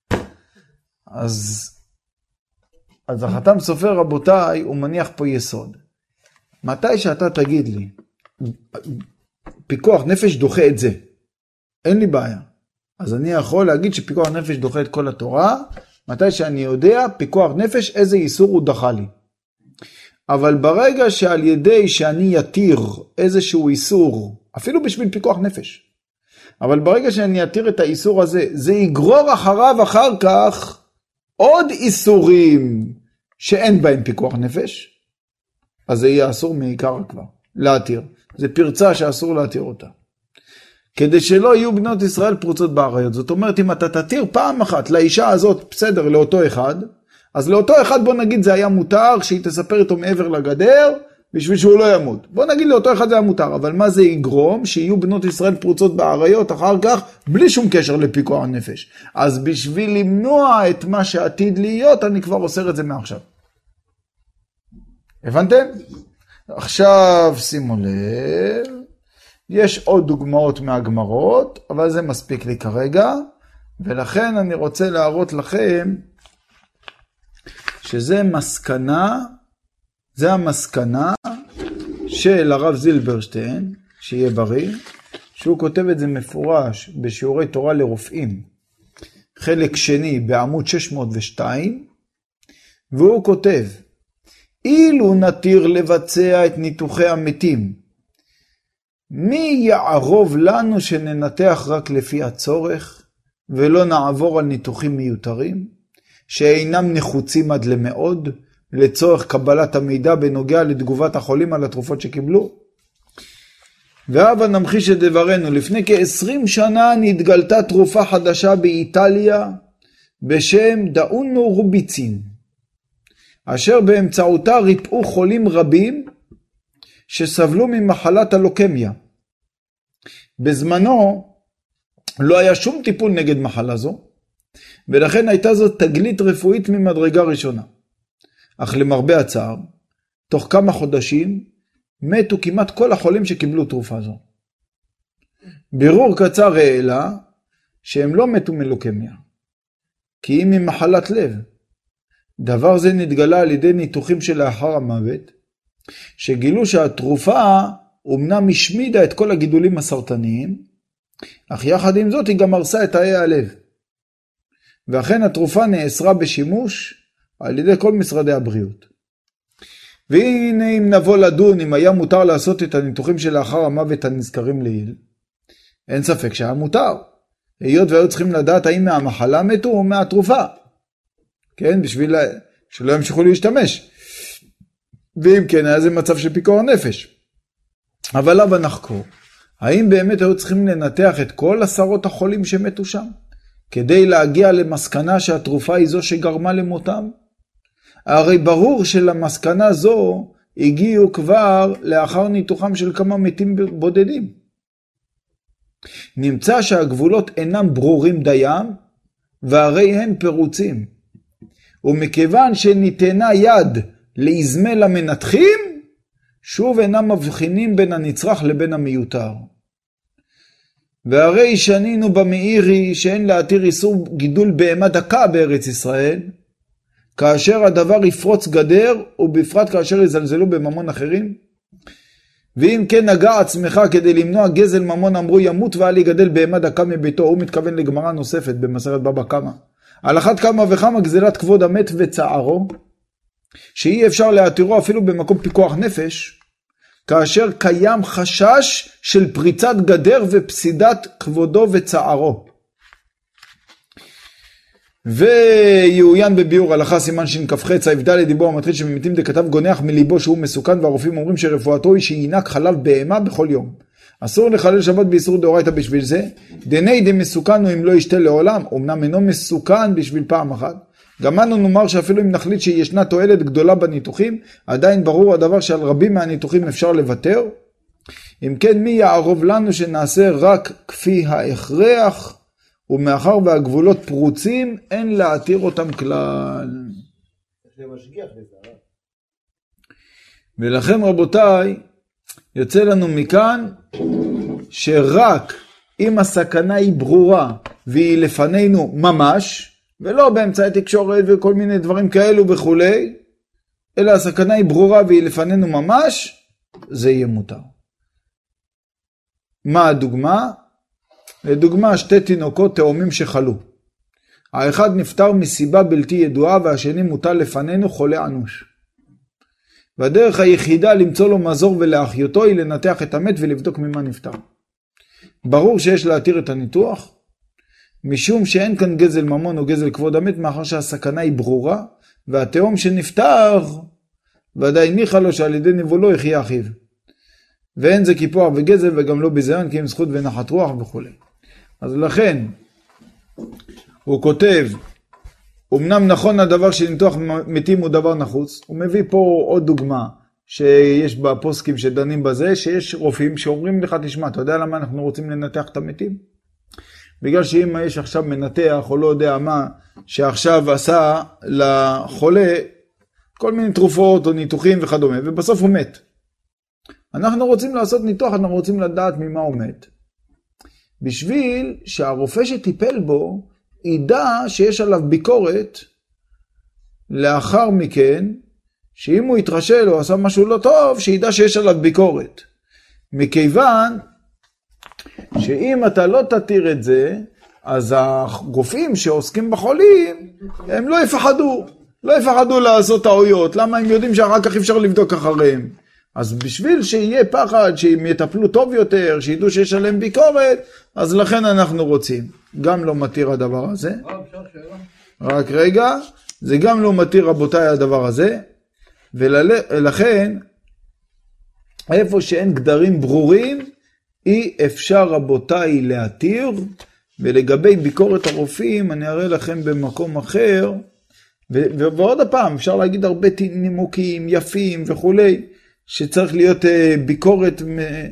אז החתם סופר רבותיי הוא מניח פה יסוד. מתי שאתה תגיד לי, פיקוח נפש דוחה את זה, אין לי בעיה. אז אני יכול להגיד שפיקוח נפש דוחה את כל התורה, מתי שאני יודע פיקוח נפש איזה איסור הוא דחה לי. אבל ברגע שעל ידי שאני יתיר איזשהו איסור, אפילו בשביל פיקוח נפש, אבל ברגע שאני יתיר את האיסור הזה, זה יגרור אחריו אחר כך עוד איסורים שאין בהם פיקוח נפש, אז זה יהיה אסור מעיקר כבר, להתיר. זה פרצה שאסור להתיר אותה. כדי שלא יהיו בנות ישראל פרוצות בעריות. זאת אומרת, אם אתה תתיר פעם אחת לאישה הזאת, בסדר, לאותו אחד, אז לאותו אחד בוא נגיד זה היה מותר, שהיא תספר איתו מעבר לגדר, בשביל שהוא לא ימות. בוא נגיד לאותו אחד זה היה מותר, אבל מה זה יגרום? שיהיו בנות ישראל פרוצות בעריות אחר כך, בלי שום קשר לפיקוח הנפש. אז בשביל למנוע את מה שעתיד להיות, אני כבר אוסר את זה מעכשיו. הבנתם? עכשיו שימו לב, יש עוד דוגמאות מהגמרות, אבל זה מספיק לי כרגע, ולכן אני רוצה להראות לכם שזה מסקנה, זה המסקנה של הרב זילברשטיין, שיהיה בריא, שהוא כותב את זה מפורש בשיעורי תורה לרופאים, חלק שני בעמוד 602, והוא כותב, אילו נתיר לבצע את ניתוחי המתים, מי יערוב לנו שננתח רק לפי הצורך, ולא נעבור על ניתוחים מיותרים, שאינם נחוצים עד למאוד, לצורך קבלת המידע בנוגע לתגובת החולים על התרופות שקיבלו? והבה נמחיש את דברנו, לפני כ-20 שנה נתגלתה תרופה חדשה באיטליה, בשם דאונו רוביצין, אשר באמצעותה ריפאו חולים רבים שסבלו ממחלת הלוקמיה. בזמנו לא היה שום טיפול נגד מחלה זו, ולכן הייתה זו תגלית רפואית ממדרגה ראשונה. אך למרבה הצער, תוך כמה חודשים מתו כמעט כל החולים שקיבלו תרופה זו. בירור קצר העלה שהם לא מתו מלוקמיה, כי אם ממחלת לב. דבר זה נתגלה על ידי ניתוחים שלאחר המוות, שגילו שהתרופה אומנם השמידה את כל הגידולים הסרטניים, אך יחד עם זאת היא גם הרסה את תאי הלב. ואכן התרופה נאסרה בשימוש על ידי כל משרדי הבריאות. והנה אם נבוא לדון אם היה מותר לעשות את הניתוחים שלאחר המוות הנזכרים לעיל, אין ספק שהיה מותר, היות והיו צריכים לדעת האם מהמחלה מתו או מהתרופה. כן, בשביל שלא ימשיכו להשתמש. ואם כן, היה זה מצב של פיקוח נפש. אבל למה נחקור? האם באמת היו צריכים לנתח את כל עשרות החולים שמתו שם? כדי להגיע למסקנה שהתרופה היא זו שגרמה למותם? הרי ברור שלמסקנה זו הגיעו כבר לאחר ניתוחם של כמה מתים בודדים. נמצא שהגבולות אינם ברורים דיים, והרי הן פירוצים. ומכיוון שניתנה יד להזמל המנתחים, שוב אינם מבחינים בין הנצרך לבין המיותר. והרי שנינו במאירי שאין להתיר איסור גידול בהמה דקה בארץ ישראל, כאשר הדבר יפרוץ גדר, ובפרט כאשר יזלזלו בממון אחרים. ואם כן נגע עצמך כדי למנוע גזל ממון, אמרו ימות ואל יגדל בהמה דקה מביתו. הוא מתכוון לגמרא נוספת במסכת בבא קמא. על אחת כמה וכמה גזלת כבוד המת וצערו. שאי אפשר להתירו אפילו במקום פיקוח נפש, כאשר קיים חשש של פריצת גדר ופסידת כבודו וצערו. ויעוין בביאור הלכה סימן שכ"ח סעיף ד' דיבור המתחיל שממיתים דכתב גונח מליבו שהוא מסוכן, והרופאים אומרים שרפואתו היא שינק חלב בהמה בכל יום. אסור לחלל שבת באיסור דאורייתא בשביל זה, דני דמסוכן הוא אם לא ישתה לעולם, אמנם אינו מסוכן בשביל פעם אחת. גם אנו נאמר שאפילו אם נחליט שישנה תועלת גדולה בניתוחים, עדיין ברור הדבר שעל רבים מהניתוחים אפשר לוותר. אם כן, מי יערוב לנו שנעשה רק כפי ההכרח, ומאחר והגבולות פרוצים, אין להתיר אותם כלל. ולכן רבותיי, יוצא לנו מכאן שרק אם הסכנה היא ברורה והיא לפנינו ממש, ולא באמצעי תקשורת וכל מיני דברים כאלו וכולי, אלא הסכנה היא ברורה והיא לפנינו ממש, זה יהיה מותר. מה הדוגמה? לדוגמה, שתי תינוקות תאומים שחלו. האחד נפטר מסיבה בלתי ידועה והשני מוטל לפנינו חולה אנוש. והדרך היחידה למצוא לו מזור ולהחיותו היא לנתח את המת ולבדוק ממה נפטר. ברור שיש להתיר את הניתוח, משום שאין כאן גזל ממון או גזל כבוד המת, מאחר שהסכנה היא ברורה, והתאום שנפטר ודאי ניחא לו שעל ידי ניוולו יחיה אחיו. ואין זה קיפוח וגזל וגם לא ביזיון, כי אם זכות ונחת רוח וכו'. אז לכן הוא כותב, אמנם נכון הדבר שניתוח מתים הוא דבר נחוץ, הוא מביא פה עוד דוגמה שיש בפוסקים שדנים בזה, שיש רופאים שאומרים לך, תשמע, אתה יודע למה אנחנו רוצים לנתח את המתים? בגלל שאם יש עכשיו מנתח או לא יודע מה, שעכשיו עשה לחולה כל מיני תרופות או ניתוחים וכדומה, ובסוף הוא מת. אנחנו רוצים לעשות ניתוח, אנחנו רוצים לדעת ממה הוא מת. בשביל שהרופא שטיפל בו ידע שיש עליו ביקורת לאחר מכן, שאם הוא יתרשל או עשה משהו לא טוב, שידע שיש עליו ביקורת. מכיוון שאם אתה לא תתיר את זה, אז הרופאים שעוסקים בחולים, הם לא יפחדו לעשות טעויות. למה? הם יודעים שאחר כך אפשר לבדוק אחריהם. אז בשביל שיהיה פחד, שהם יטפלו טוב יותר, שידעו שיש עליהם ביקורת, אז לכן אנחנו רוצים. גם לא מתיר הדבר הזה. רק רגע, זה גם לא מתיר רבותיי הדבר הזה. ולכן, איפה שאין גדרים ברורים, אי אפשר רבותיי להתיר. ולגבי ביקורת הרופאים, אני אראה לכם במקום אחר. ועוד הפעם, אפשר להגיד הרבה נימוקים יפים וכולי. שצריך להיות ביקורת,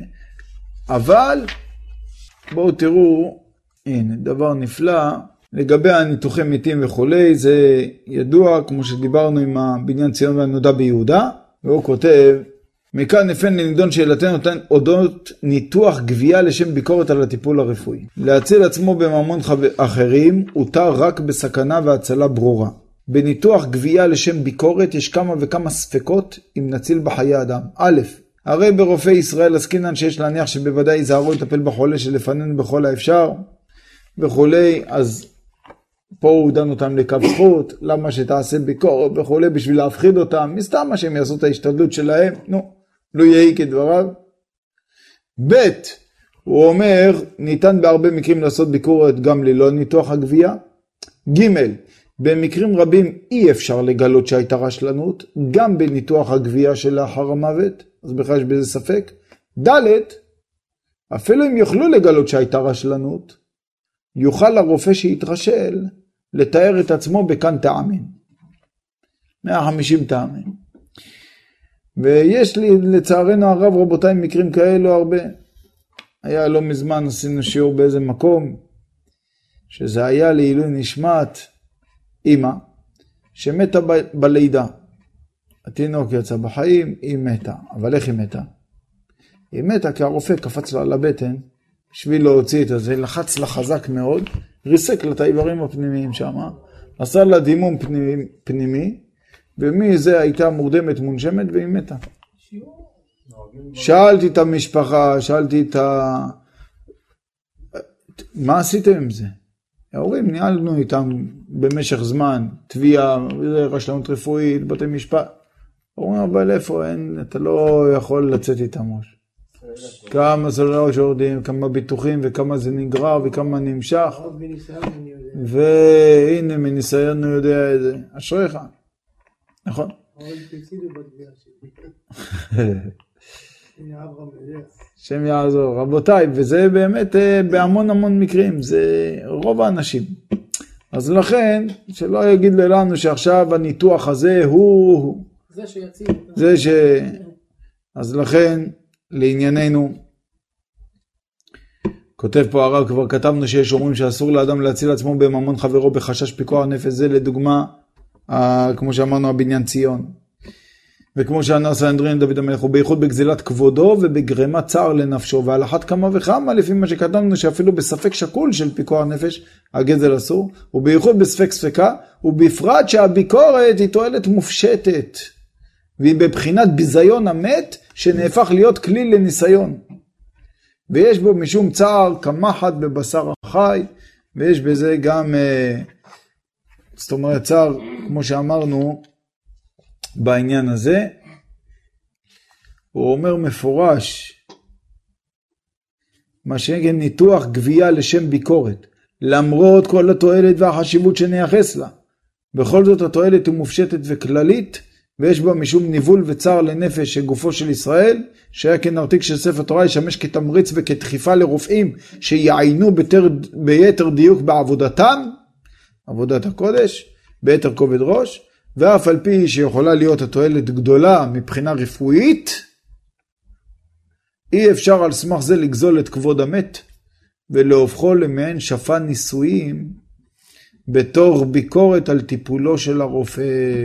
אבל בואו תראו, הנה דבר נפלא, לגבי הניתוחי מתים וכולי, זה ידוע כמו שדיברנו עם הבניין ציון והנודע ביהודה, והוא כותב, מכאן נפן לנידון שאלתנו נותן אודות ניתוח גבייה לשם ביקורת על הטיפול הרפואי. להציל עצמו בממון אחרים, הותר רק בסכנה והצלה ברורה. בניתוח גבייה לשם ביקורת יש כמה וכמה ספקות אם נציל בחיי אדם. א', הרי ברופאי ישראל עסקינן שיש להניח שבוודאי יזהרו לטפל בחולה שלפנינו בכל האפשר וכולי, אז פה הוא דן אותם לקו זכות, למה שתעשה ביקורת וכולי בשביל להפחיד אותם, מסתם מה שהם יעשו את ההשתדלות שלהם, לא יהי כדבריו. ב', הוא אומר, ניתן בהרבה מקרים לעשות ביקורת גם ללא ניתוח הגבייה. ג', במקרים רבים אי אפשר לגלות שהייתה רשלנות, גם בניתוח הגבייה שלאחר המוות, אז בכלל יש בזה ספק. ד', אפילו אם יוכלו לגלות שהייתה רשלנות, יוכל הרופא שהתרשל לתאר את עצמו בכאן טעמים. 150 טעמים. ויש לי לצערנו הרב רבותיי מקרים כאלו הרבה. היה לא מזמן עשינו שיעור באיזה מקום, שזה היה לעילוי נשמת אמא שמתה בלידה. התינוק יצא בחיים, היא מתה. אבל איך היא מתה? היא מתה כי הרופא קפץ לה על הבטן, בשביל להוציא את זה, לחץ לה חזק מאוד, ריסק לה את האיברים הפנימיים שם, עשה לה דימום פנימי, ומזה הייתה מורדמת מונשמת והיא מתה. שאלתי את המשפחה, שאלתי את מה עשיתם עם זה? ההורים ניהלנו איתם במשך זמן, תביעה, רשלנות רפואית, בתי משפט. אומרים, אבל איפה אין, אתה לא יכול לצאת איתם ראש. כמה סוללות שיורדים, כמה ביטוחים, וכמה זה נגרר, וכמה נמשך. והנה, מניסיון הוא יודע את זה. אשריך. נכון? שם יעזור. רבותיי, וזה באמת בהמון המון מקרים, זה רוב האנשים. אז לכן, שלא יגיד לנו שעכשיו הניתוח הזה הוא... זה שיציב. זה ש... אז לכן, לענייננו, כותב פה הרב, כבר כתבנו שיש אומרים שאסור לאדם להציל עצמו בממון חברו בחשש פיקוח נפש. זה לדוגמה, כמו שאמרנו, הבניין ציון. וכמו שענה סנהדרין דוד המלך, הוא בייחוד בגזילת כבודו ובגרימת צער לנפשו, ועל אחת כמה וכמה, לפי מה שכתבנו, שאפילו בספק שקול של פיקוח נפש, הגזל אסור, ובייחוד בספק ספקה, ובפרט שהביקורת היא תועלת מופשטת, והיא בבחינת ביזיון המת, שנהפך להיות כלי לניסיון. ויש בו משום צער כמחט בבשר החי, ויש בזה גם, זאת אומרת, צער, כמו שאמרנו, בעניין הזה, הוא אומר מפורש, מה שנקרא ניתוח גבייה לשם ביקורת, למרות כל התועלת והחשיבות שנייחס לה. בכל זאת התועלת היא מופשטת וכללית, ויש בה משום ניבול וצער לנפש שגופו של ישראל, שהיה כנרתיק של ספר תורה, ישמש כתמריץ וכדחיפה לרופאים שיעיינו ביתר דיוק בעבודתם, עבודת הקודש, ביתר כובד ראש, ואף על פי שיכולה להיות התועלת גדולה מבחינה רפואית, אי אפשר על סמך זה לגזול את כבוד המת, ולהופכו למעין שפן ניסויים, בתור ביקורת על טיפולו של הרופא.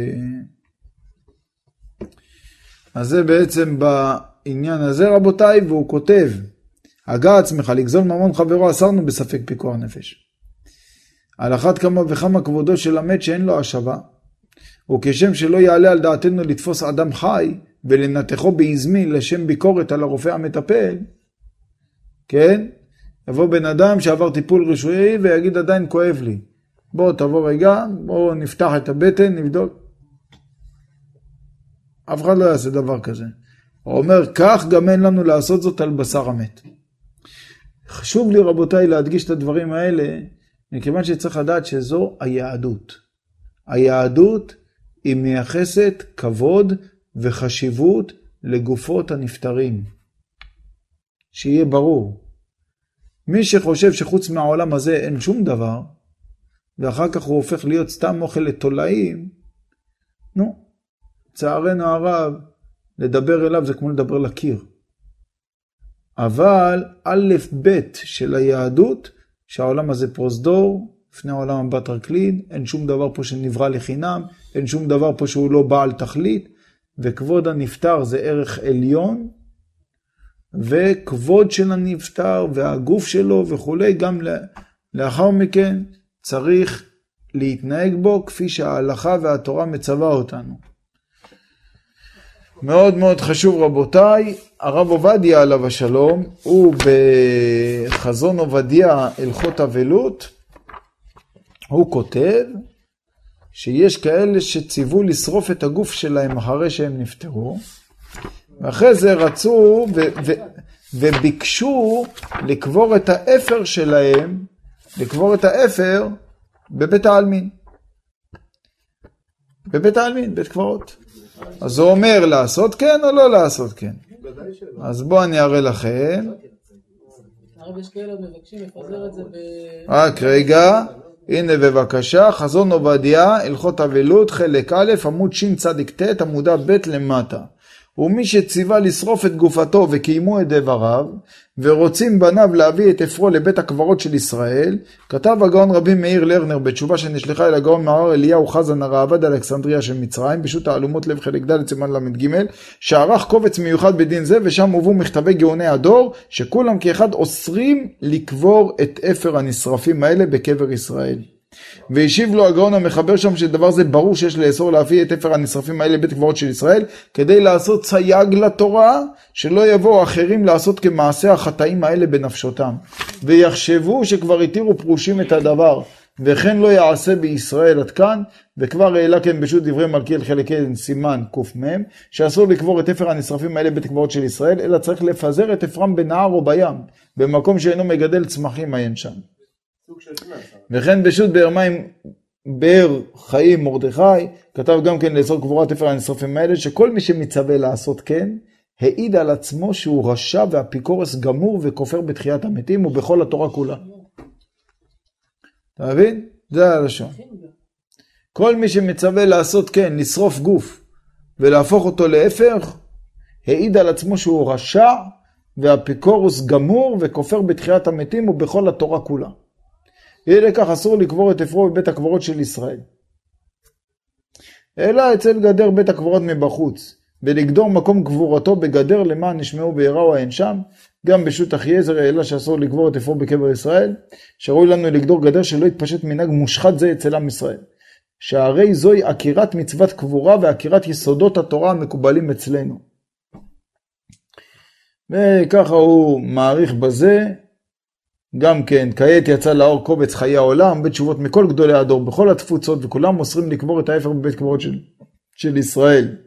אז זה בעצם בעניין הזה רבותיי, והוא כותב, הגע עצמך לגזול ממון חברו אסרנו בספק פיקוח נפש. על אחת כמה וכמה כבודו של המת שאין לו השבה, וכשם שלא יעלה על דעתנו לתפוס אדם חי ולנתחו באזמין לשם ביקורת על הרופא המטפל, כן? יבוא בן אדם שעבר טיפול רשועי ויגיד עדיין כואב לי. בוא תבוא רגע, בוא נפתח את הבטן, נבדוק. אף אחד לא יעשה דבר כזה. הוא אומר, כך גם אין לנו לעשות זאת על בשר המת. חשוב לי רבותיי להדגיש את הדברים האלה, מכיוון שצריך לדעת שזו היהדות. היהדות היא מייחסת כבוד וחשיבות לגופות הנפטרים. שיהיה ברור. מי שחושב שחוץ מהעולם הזה אין שום דבר, ואחר כך הוא הופך להיות סתם אוכל לתולעים, צערנו הרב, לדבר אליו זה כמו לדבר לקיר. אבל א' ב' של היהדות, שהעולם הזה פרוזדור, לפני העולם הבא טרקלין, אין שום דבר פה שנברא לחינם, אין שום דבר פה שהוא לא בעל תכלית, וכבוד הנפטר זה ערך עליון, וכבוד של הנפטר והגוף שלו וכולי, גם לאחר מכן צריך להתנהג בו כפי שההלכה והתורה מצווה אותנו. מאוד מאוד חשוב רבותיי, הרב עובדיה עליו השלום, הוא בחזון עובדיה הלכות אבלות, הוא כותב שיש כאלה שציוו לשרוף את הגוף שלהם אחרי שהם נפטרו, ואחרי זה רצו וביקשו לקבור את האפר שלהם, לקבור את האפר בבית העלמין. בבית העלמין, בית קברות. אז הוא אומר לעשות כן או לא לעשות כן. אז בואו אני אראה לכם. הרב יש כאלה מבקשים לפזר את זה רק רגע. הנה בבקשה, חזון עובדיה, הלכות אבלות, חלק א', עמוד שצ"ט, עמודה ב' למטה. ומי שציווה לשרוף את גופתו וקיימו את דבריו, ורוצים בניו להביא את אפרו לבית הקברות של ישראל, כתב הגאון רבי מאיר לרנר בתשובה שנשלחה אל הגאון מהר"ר אליהו חזן הראב"ד אלכסנדריה של מצרים, בשו"ת תעלומות לב חלק ד' סימן ל"ג, שערך קובץ מיוחד בדין זה, ושם הובאו מכתבי גאוני הדור, שכולם כאחד אוסרים לקבור את אפר הנשרפים האלה בקבר ישראל. והשיב לו הגאון המחבר שם שדבר זה ברור שיש לאסור להביא את אפר הנשרפים האלה לבית קברות של ישראל, כדי לעשות סייג לתורה, שלא יבואו אחרים לעשות כמעשה החטאים האלה בנפשותם, ויחשבו שכבר התירו פרושים את הדבר. וכן לא יעשה בישראל עד כאן, וכבר העלה כן בשו"ת דברי מלכיאל חלק ה' סימן קמ, שאסור לקבור את אפר הנשרפים האלה בית קברות של ישראל, אלא צריך לפזר את אפרם בנהר או בים, במקום שאינו מגדל צמחים עיין שם. וכן בשו"ת באר חיים מרדכי, כתב גם כן לאסור קבורת אפר הנשרפים האלה, שכל מי שמצווה לעשות כן, העיד על עצמו שהוא רשע ואפיקורס גמור וכופר בתחיית המתים ובכל התורה כולה. אתה מבין? זה הלשון. כל מי שמצווה לעשות כן, לשרוף גוף ולהפוך אותו לאפר, העיד על עצמו שהוא רשע ואפיקורס גמור וכופר בתחיית המתים ובכל התורה כולה. יהיה לכך אסור לקבור את אפרו בבית הקברות של ישראל. אלא אצל גדר בית הקברות מבחוץ, ולגדור מקום קבורתו בגדר למען נשמעו ויראו עין שם. גם בשו"ת אחיעזר העלה שאסור לקבור את אפרו בקבר ישראל, שראוי לנו לגדור גדר שלא יתפשט מנהג מושחת זה אצל עם ישראל. שהרי זוהי עקירת מצוות קבורה ועקירת יסודות התורה המקובלים אצלנו. וככה הוא מעריך בזה. גם כן, כעת יצא לאור קובץ חיי העולם, בתשובות מכל גדולי הדור, בכל התפוצות, וכולם מוסרים לקבור את האפר בבית קברות של ישראל.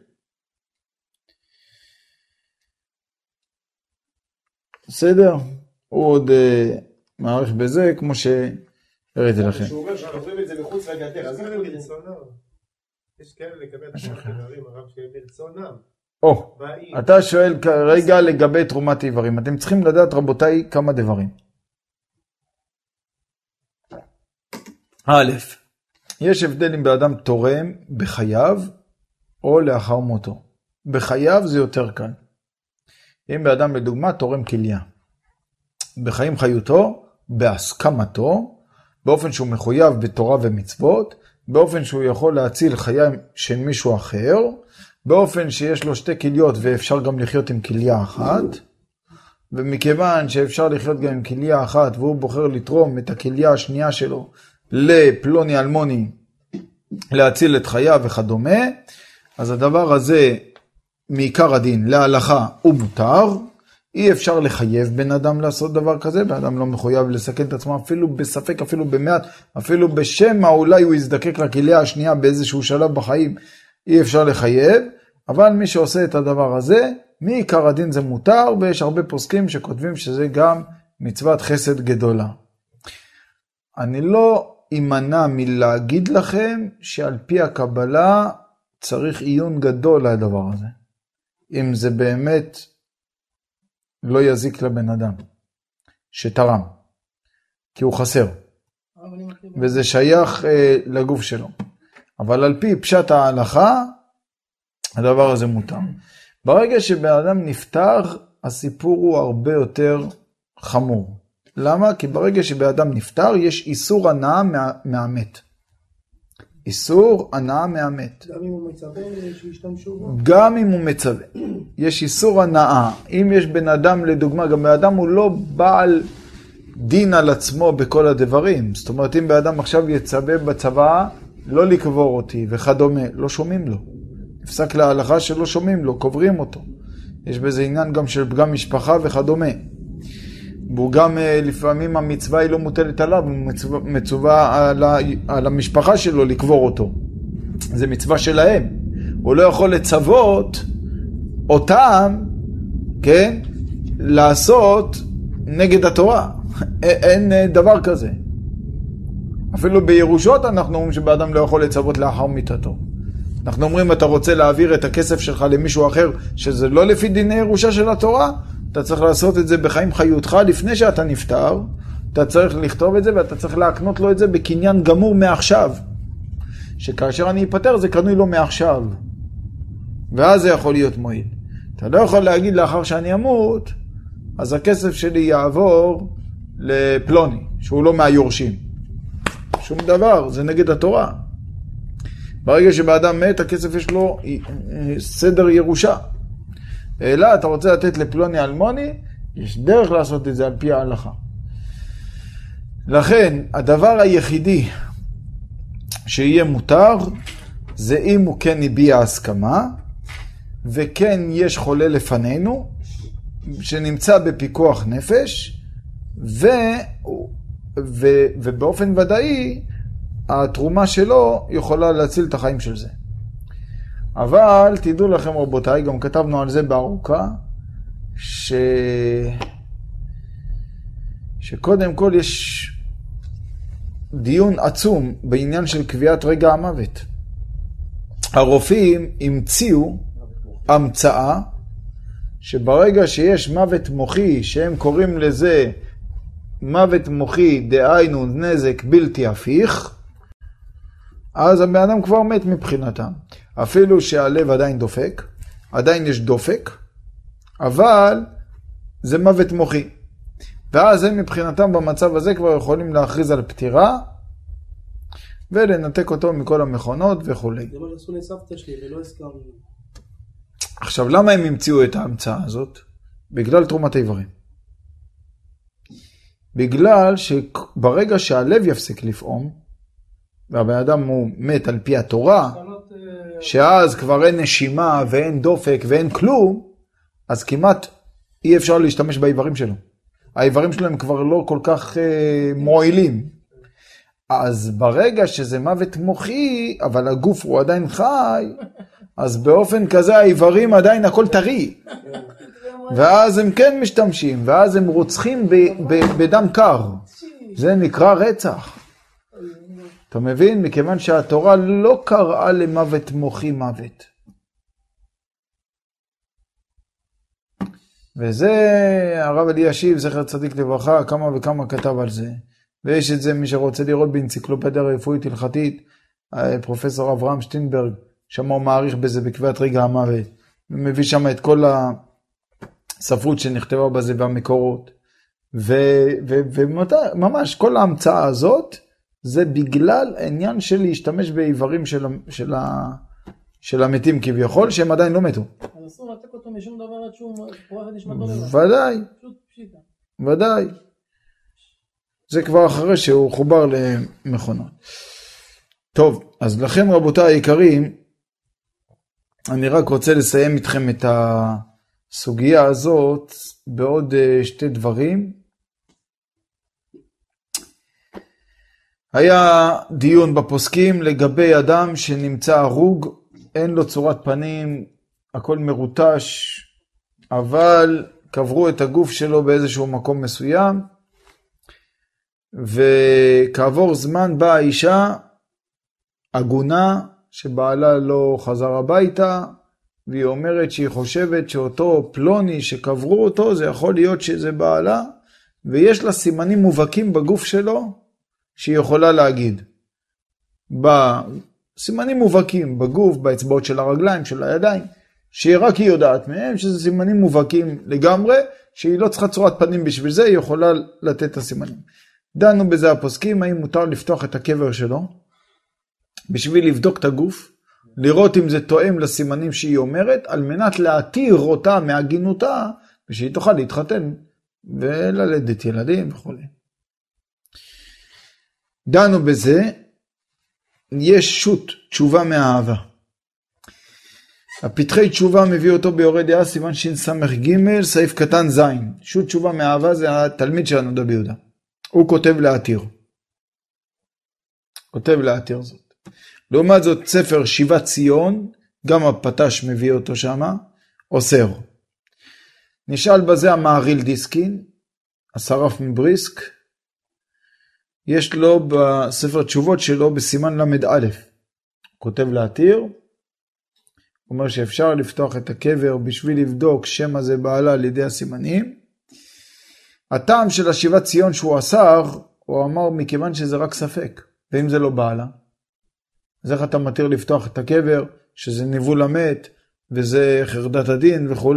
בסדר? הוא עוד מעריך בזה, כמו שהראיתי לכם. שהוא אומר שחוזרים את זה מחוץ לגדר, אז זה ברצונם. יש כאלה לגבי תרומת איברים, הרב שברצונם. אתה שואל כרגע לגבי תרומת איברים. אתם צריכים לדעת, רבותיי, כמה דברים. א', יש הבדל אם באדם תורם בחייו או לאחר מותו. בחייו זה יותר קל. אם באדם לדוגמה תורם כליה. בחיים חיותו, בהסכמתו, באופן שהוא מחויב בתורה ומצוות, באופן שהוא יכול להציל חיים של מישהו אחר, באופן שיש לו שתי כליות ואפשר גם לחיות עם כליה אחת, ומכיוון שאפשר לחיות גם עם כליה אחת והוא בוחר לתרום את הכליה השנייה שלו לפלוני אלמוני להציל את חייו וכדומה, אז הדבר הזה מעיקר הדין להלכה הוא מותר. אי אפשר לחייב בן אדם לעשות דבר כזה, בן אדם לא מחויב לסכן את עצמו אפילו בספק, אפילו במעט, אפילו בשם אולי הוא יזדקק לכליה השנייה באיזשהו שלב בחיים, אי אפשר לחייב. אבל מי שעושה את הדבר הזה, מעיקר הדין זה מותר, ויש הרבה פוסקים שכותבים שזה גם מצוות חסד גדולה. אני לא אמנע מלהגיד לכם שעל פי הקבלה צריך עיון גדול לדבר הזה. אם זה באמת לא יזיק לבן אדם שתרם, כי הוא חסר, וזה שייך לגוף שלו. אבל על פי פשט ההלכה, הדבר הזה מותר. ברגע שבן אדם נפטר, הסיפור הוא הרבה יותר חמור. למה? כי ברגע שבן אדם נפטר, יש איסור הנאה מהמת. איסור הנאה מהמת. גם אם הוא מצווה שישתמשו בו? גם אם הוא מצווה. יש איסור הנאה. אם יש בן אדם, לדוגמה, גם בן אדם הוא לא בעל דין על עצמו בכל הדברים. זאת אומרת, אם בן אדם עכשיו יצווה בצבא, לא לקבור אותי וכדומה, לא שומעים לו. נפסק להלכה שלא שומעים לו, קוברים אותו. יש בזה עניין גם של פגם משפחה וכדומה. והוא גם לפעמים המצווה היא לא מוטלת עליו, הוא מצווה על המשפחה שלו לקבור אותו. זה מצווה שלהם. הוא לא יכול לצוות אותם, כן, לעשות נגד התורה. אין דבר כזה. אפילו בירושות אנחנו אומרים שבאדם לא יכול לצוות לאחר מיתתו. אנחנו אומרים, אתה רוצה להעביר את הכסף שלך למישהו אחר, שזה לא לפי דיני ירושה של התורה, אתה צריך לעשות את זה בחיים חיותך לפני שאתה נפטר, אתה צריך לכתוב את זה ואתה צריך להקנות לו את זה בקניין גמור מעכשיו. שכאשר אני אפטר זה קנוי לו מעכשיו. ואז זה יכול להיות מועיל. אתה לא יכול להגיד לאחר שאני אמות, אז הכסף שלי יעבור לפלוני, שהוא לא מהיורשים. שום דבר, זה נגד התורה. ברגע שבאדם מת, הכסף יש לו סדר ירושה. אלא אתה רוצה לתת לפלוני אלמוני, יש דרך לעשות את זה על פי ההלכה. לכן, הדבר היחידי שיהיה מותר, זה אם הוא כן הביע הסכמה, וכן יש חולה לפנינו, שנמצא בפיקוח נפש, ובאופן ודאי, התרומה שלו יכולה להציל את החיים של זה. אבל תדעו לכם רבותיי, גם כתבנו על זה בארוכה, שקודם כל יש דיון עצום בעניין של קביעת רגע המוות. הרופאים המציאו המצאה שברגע שיש מוות מוחי, שהם קוראים לזה מוות מוחי, דהיינו נזק בלתי הפיך, אז הבן אדם כבר מת מבחינתם. אפילו שהלב עדיין דופק, עדיין יש דופק, אבל זה מוות מוחי. ואז הם מבחינתם במצב הזה כבר יכולים להכריז על פטירה, ולנתק אותו מכל המכונות וכו'. זה מה שעשו לסבתא שלי ולא הסכמנו. עכשיו, למה הם המציאו את ההמצאה הזאת? בגלל תרומת האיברים. בגלל שברגע שהלב יפסיק לפעום, והבן אדם הוא מת על פי התורה, שאז כבר אין נשימה ואין דופק ואין כלום, אז כמעט אי אפשר להשתמש באיברים שלו. האיברים שלהם כבר לא כל כך מועילים. אז ברגע שזה מוות מוחי, אבל הגוף הוא עדיין חי, אז באופן כזה האיברים עדיין הכל טרי. ואז הם כן משתמשים, ואז הם רוצחים בדם קר. זה נקרא רצח. אתה מבין? מכיוון שהתורה לא קראה למוות מוחי מוות. וזה הרב אלישיב, זכר צדיק לברכה, כמה וכמה כתב על זה. ויש את זה, מי שרוצה לראות באנציקלופדיה רפואית הלכתית, פרופסור אברהם שטיינברג, שם הוא מעריך בזה בקביעת רגע המוות. ומביא שם את כל הספרות שנכתבה בזה והמקורות. וממש כל ההמצאה הזאת, זה בגלל העניין של להשתמש באיברים של המתים כביכול, שהם עדיין לא מתו. אז אסור לתק אותו משום דבר עד שהוא פורח את נשמתו לבד. ודאי. פשוט פשיטה. ודאי. זה כבר אחרי שהוא חובר למכונות. טוב, אז לכן רבותיי היקרים, אני רק רוצה לסיים איתכם את הסוגיה הזאת בעוד שתי דברים. היה דיון בפוסקים לגבי אדם שנמצא הרוג, אין לו צורת פנים, הכל מרוטש, אבל קברו את הגוף שלו באיזשהו מקום מסוים, וכעבור זמן באה האישה עגונה שבעלה לא חזר הביתה, והיא אומרת שהיא חושבת שאותו פלוני שקברו אותו, זה יכול להיות שזה בעלה, ויש לה סימנים מובהקים בגוף שלו, שהיא יכולה להגיד. בסימנים מובהקים בגוף, באצבעות של הרגליים, של הידיים, שרק היא יודעת מהם, שזה סימנים מובהקים לגמרי, שהיא לא צריכה צורת פנים בשביל זה, היא יכולה לתת את הסימנים. דנו בזה הפוסקים, האם מותר לפתוח את הקבר שלו, בשביל לבדוק את הגוף, לראות אם זה תואם לסימנים שהיא אומרת, על מנת להתיר אותה מהגינותה, ושהיא תוכל להתחתן, וללדת ילדים וכו'. דנו בזה, יש שו"ת, תשובה מהאהבה. הפתחי תשובה מביא אותו ביורי דעה, סימן שס"ג, סעיף קטן ז'. שו"ת תשובה מהאהבה זה התלמיד של הנודע ביהודה. הוא כותב להתיר. כותב להתיר זאת. לעומת זאת ספר שיבת ציון, גם הפטש מביא אותו שמה, אוסר. נשאל בזה המהריל דיסקין, השרף מבריסק, יש לו בספר תשובות שלו בסימן למד א', כותב להתיר, אומר שאפשר לפתוח את הקבר בשביל לבדוק שמא זה בעלה על ידי הסימנים. הטעם של השיבת ציון שהוא אסר, הוא אמר מכיוון שזה רק ספק, ואם זה לא בעלה, אז איך אתה מתיר לפתוח את הקבר, שזה ניבול המת, וזה חרדת הדין וכו'.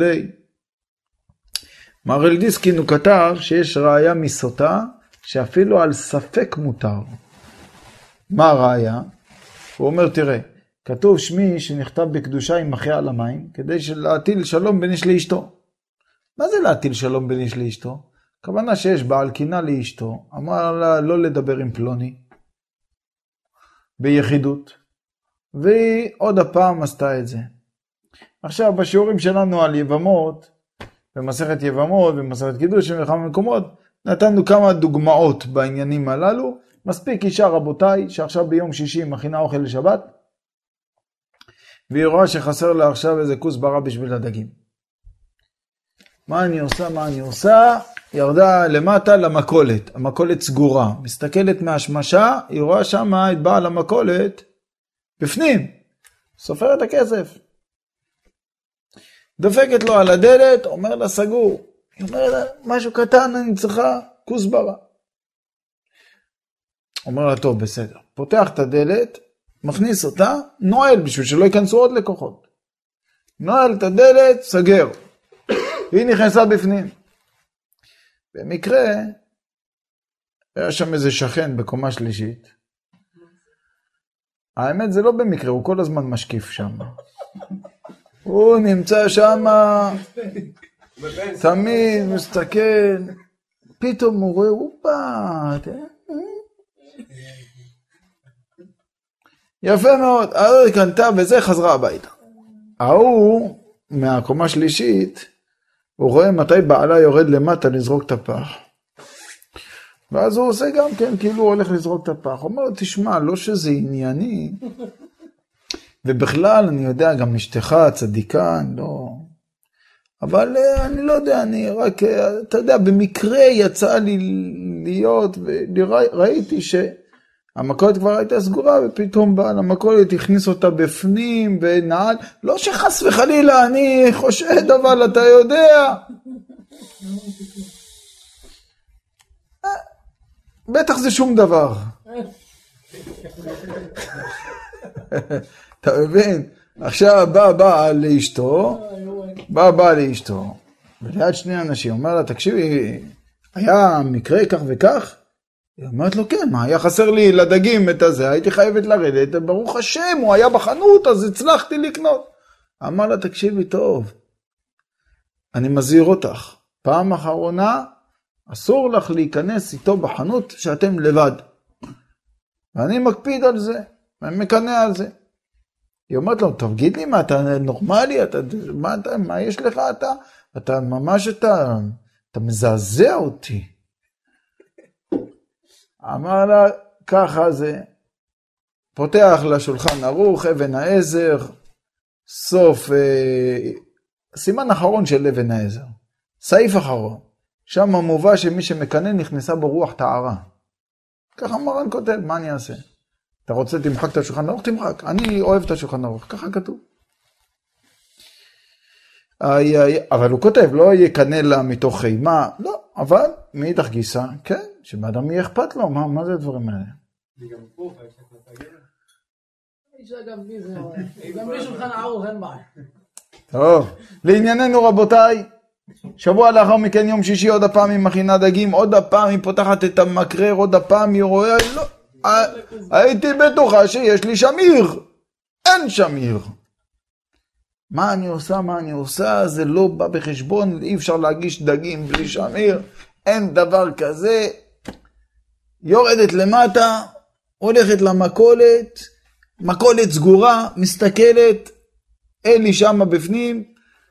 מהריל דיסקין הוא כתב שיש ראיה מסוטה, שאפילו על ספק מותר. מה הראיה? הוא אומר, תראה, כתוב שמי שנכתב בקדושה עם מחיה על המים, כדי להטיל שלום בין איש לאשתו. מה זה להטיל שלום בין איש לאשתו? הכוונה שיש בעל קינה לאשתו, אמר לה לא לדבר עם פלוני, ביחידות, והיא עוד הפעם עשתה את זה. עכשיו, בשיעורים שלנו על יבמות, במסכת יבמות, במסכת קידוש, ובכמה מקומות, נתנו כמה דוגמאות בעניינים הללו, מספיק אישה רבותיי, שעכשיו ביום שישי מכינה אוכל לשבת, והיא רואה שחסר לה עכשיו איזה כוסברה בשביל הדגים. מה אני עושה? ירדה למטה למכולת, המכולת סגורה, מסתכלת מהשמשה, היא רואה שמה את בעל המכולת בפנים, סופר את הכסף. דופקת לו על הדלת, אומר לה סגור. היא אומרת לה, משהו קטן, אני צריכה כוסברה. אומר לה, טוב, בסדר. פותח את הדלת, מכניס אותה, נועל בשביל שלא ייכנסו עוד לקוחות. נועל את הדלת, סגר. היא נכנסה בפנים. במקרה, היה שם איזה שכן בקומה שלישית. האמת זה לא במקרה, הוא כל הזמן משקיף שם. הוא נמצא שם, תמיד מסתכל, פתאום הוא רואה, יפה מאוד, היא קנתה וזה חזרה הביתה. ההוא מהקומה שלישית, הוא רואה מתי בעלה יורד למטה לזרוק את הפח. ואז הוא עושה גם כן, כאילו הוא הולך לזרוק את הפח. הוא אומר לו, תשמע, לא שזה ענייני. ובכלל, אני יודע, גם אשתך צדיקה, לא. אבל אני לא יודע, אני רק, אתה יודע, במקרה יצא לי להיות, וראיתי שהמכולת כבר הייתה סגורה, ופתאום בעל המכולת הכניס אותה בפנים, ונעל, לא שחס וחלילה, אני חושד, אבל אתה יודע. בטח זה שום דבר. אתה מבין? עכשיו בא לאשתו, וליד שני אנשים, אומר לה, תקשיבי, היה מקרה כך וכך? היא אומרת לו, כן, מה, היה חסר לי לדגים את הזה, הייתי חייבת לרדת, ברוך השם, הוא היה בחנות, אז הצלחתי לקנות. אמר לה, תקשיבי טוב, אני מזהיר אותך, פעם אחרונה, אסור לך להיכנס איתו בחנות שאתם לבד. ואני מקפיד על זה, ואני מקנא על זה. היא אומרת לו, תגיד לי מה, אתה נורמלי, מה יש לך אתה ממש, אתה מזעזע אותי. אמר לה, ככה זה, פותח לשולחן ערוך, אבן העזר, סוף, סימן אחרון של אבן העזר, סעיף אחרון, שם מובא שמי שמקנא נכנסה ברוח טהרה. ככה מרן כותב, מה אני אעשה? אתה רוצה תמחק את השולחן ערוך? תמחק. אני אוהב את השולחן ערוך, ככה כתוב. אבל הוא כותב, לא יקנא לה מתוך חימה, לא, אבל מאידך גיסא, כן, שבאדם יהיה אכפת לו, מה זה הדברים האלה? גם פה, גם בלי שולחן ערוך, אין בעיה. טוב, לענייננו רבותיי, שבוע לאחר מכן יום שישי עוד הפעם היא מכינה דגים, עוד הפעם היא פותחת את המקרר, עוד הפעם היא רואה, לא, הייתי בטוחה שיש לי שמיר, אין שמיר. מה אני עושה? זה לא בא בחשבון, אי אפשר להגיש דגים בלי שמיר, אין דבר כזה. יורדת למטה, הולכת למכולת, מכולת סגורה, מסתכלת, אין לי שמה בפנים,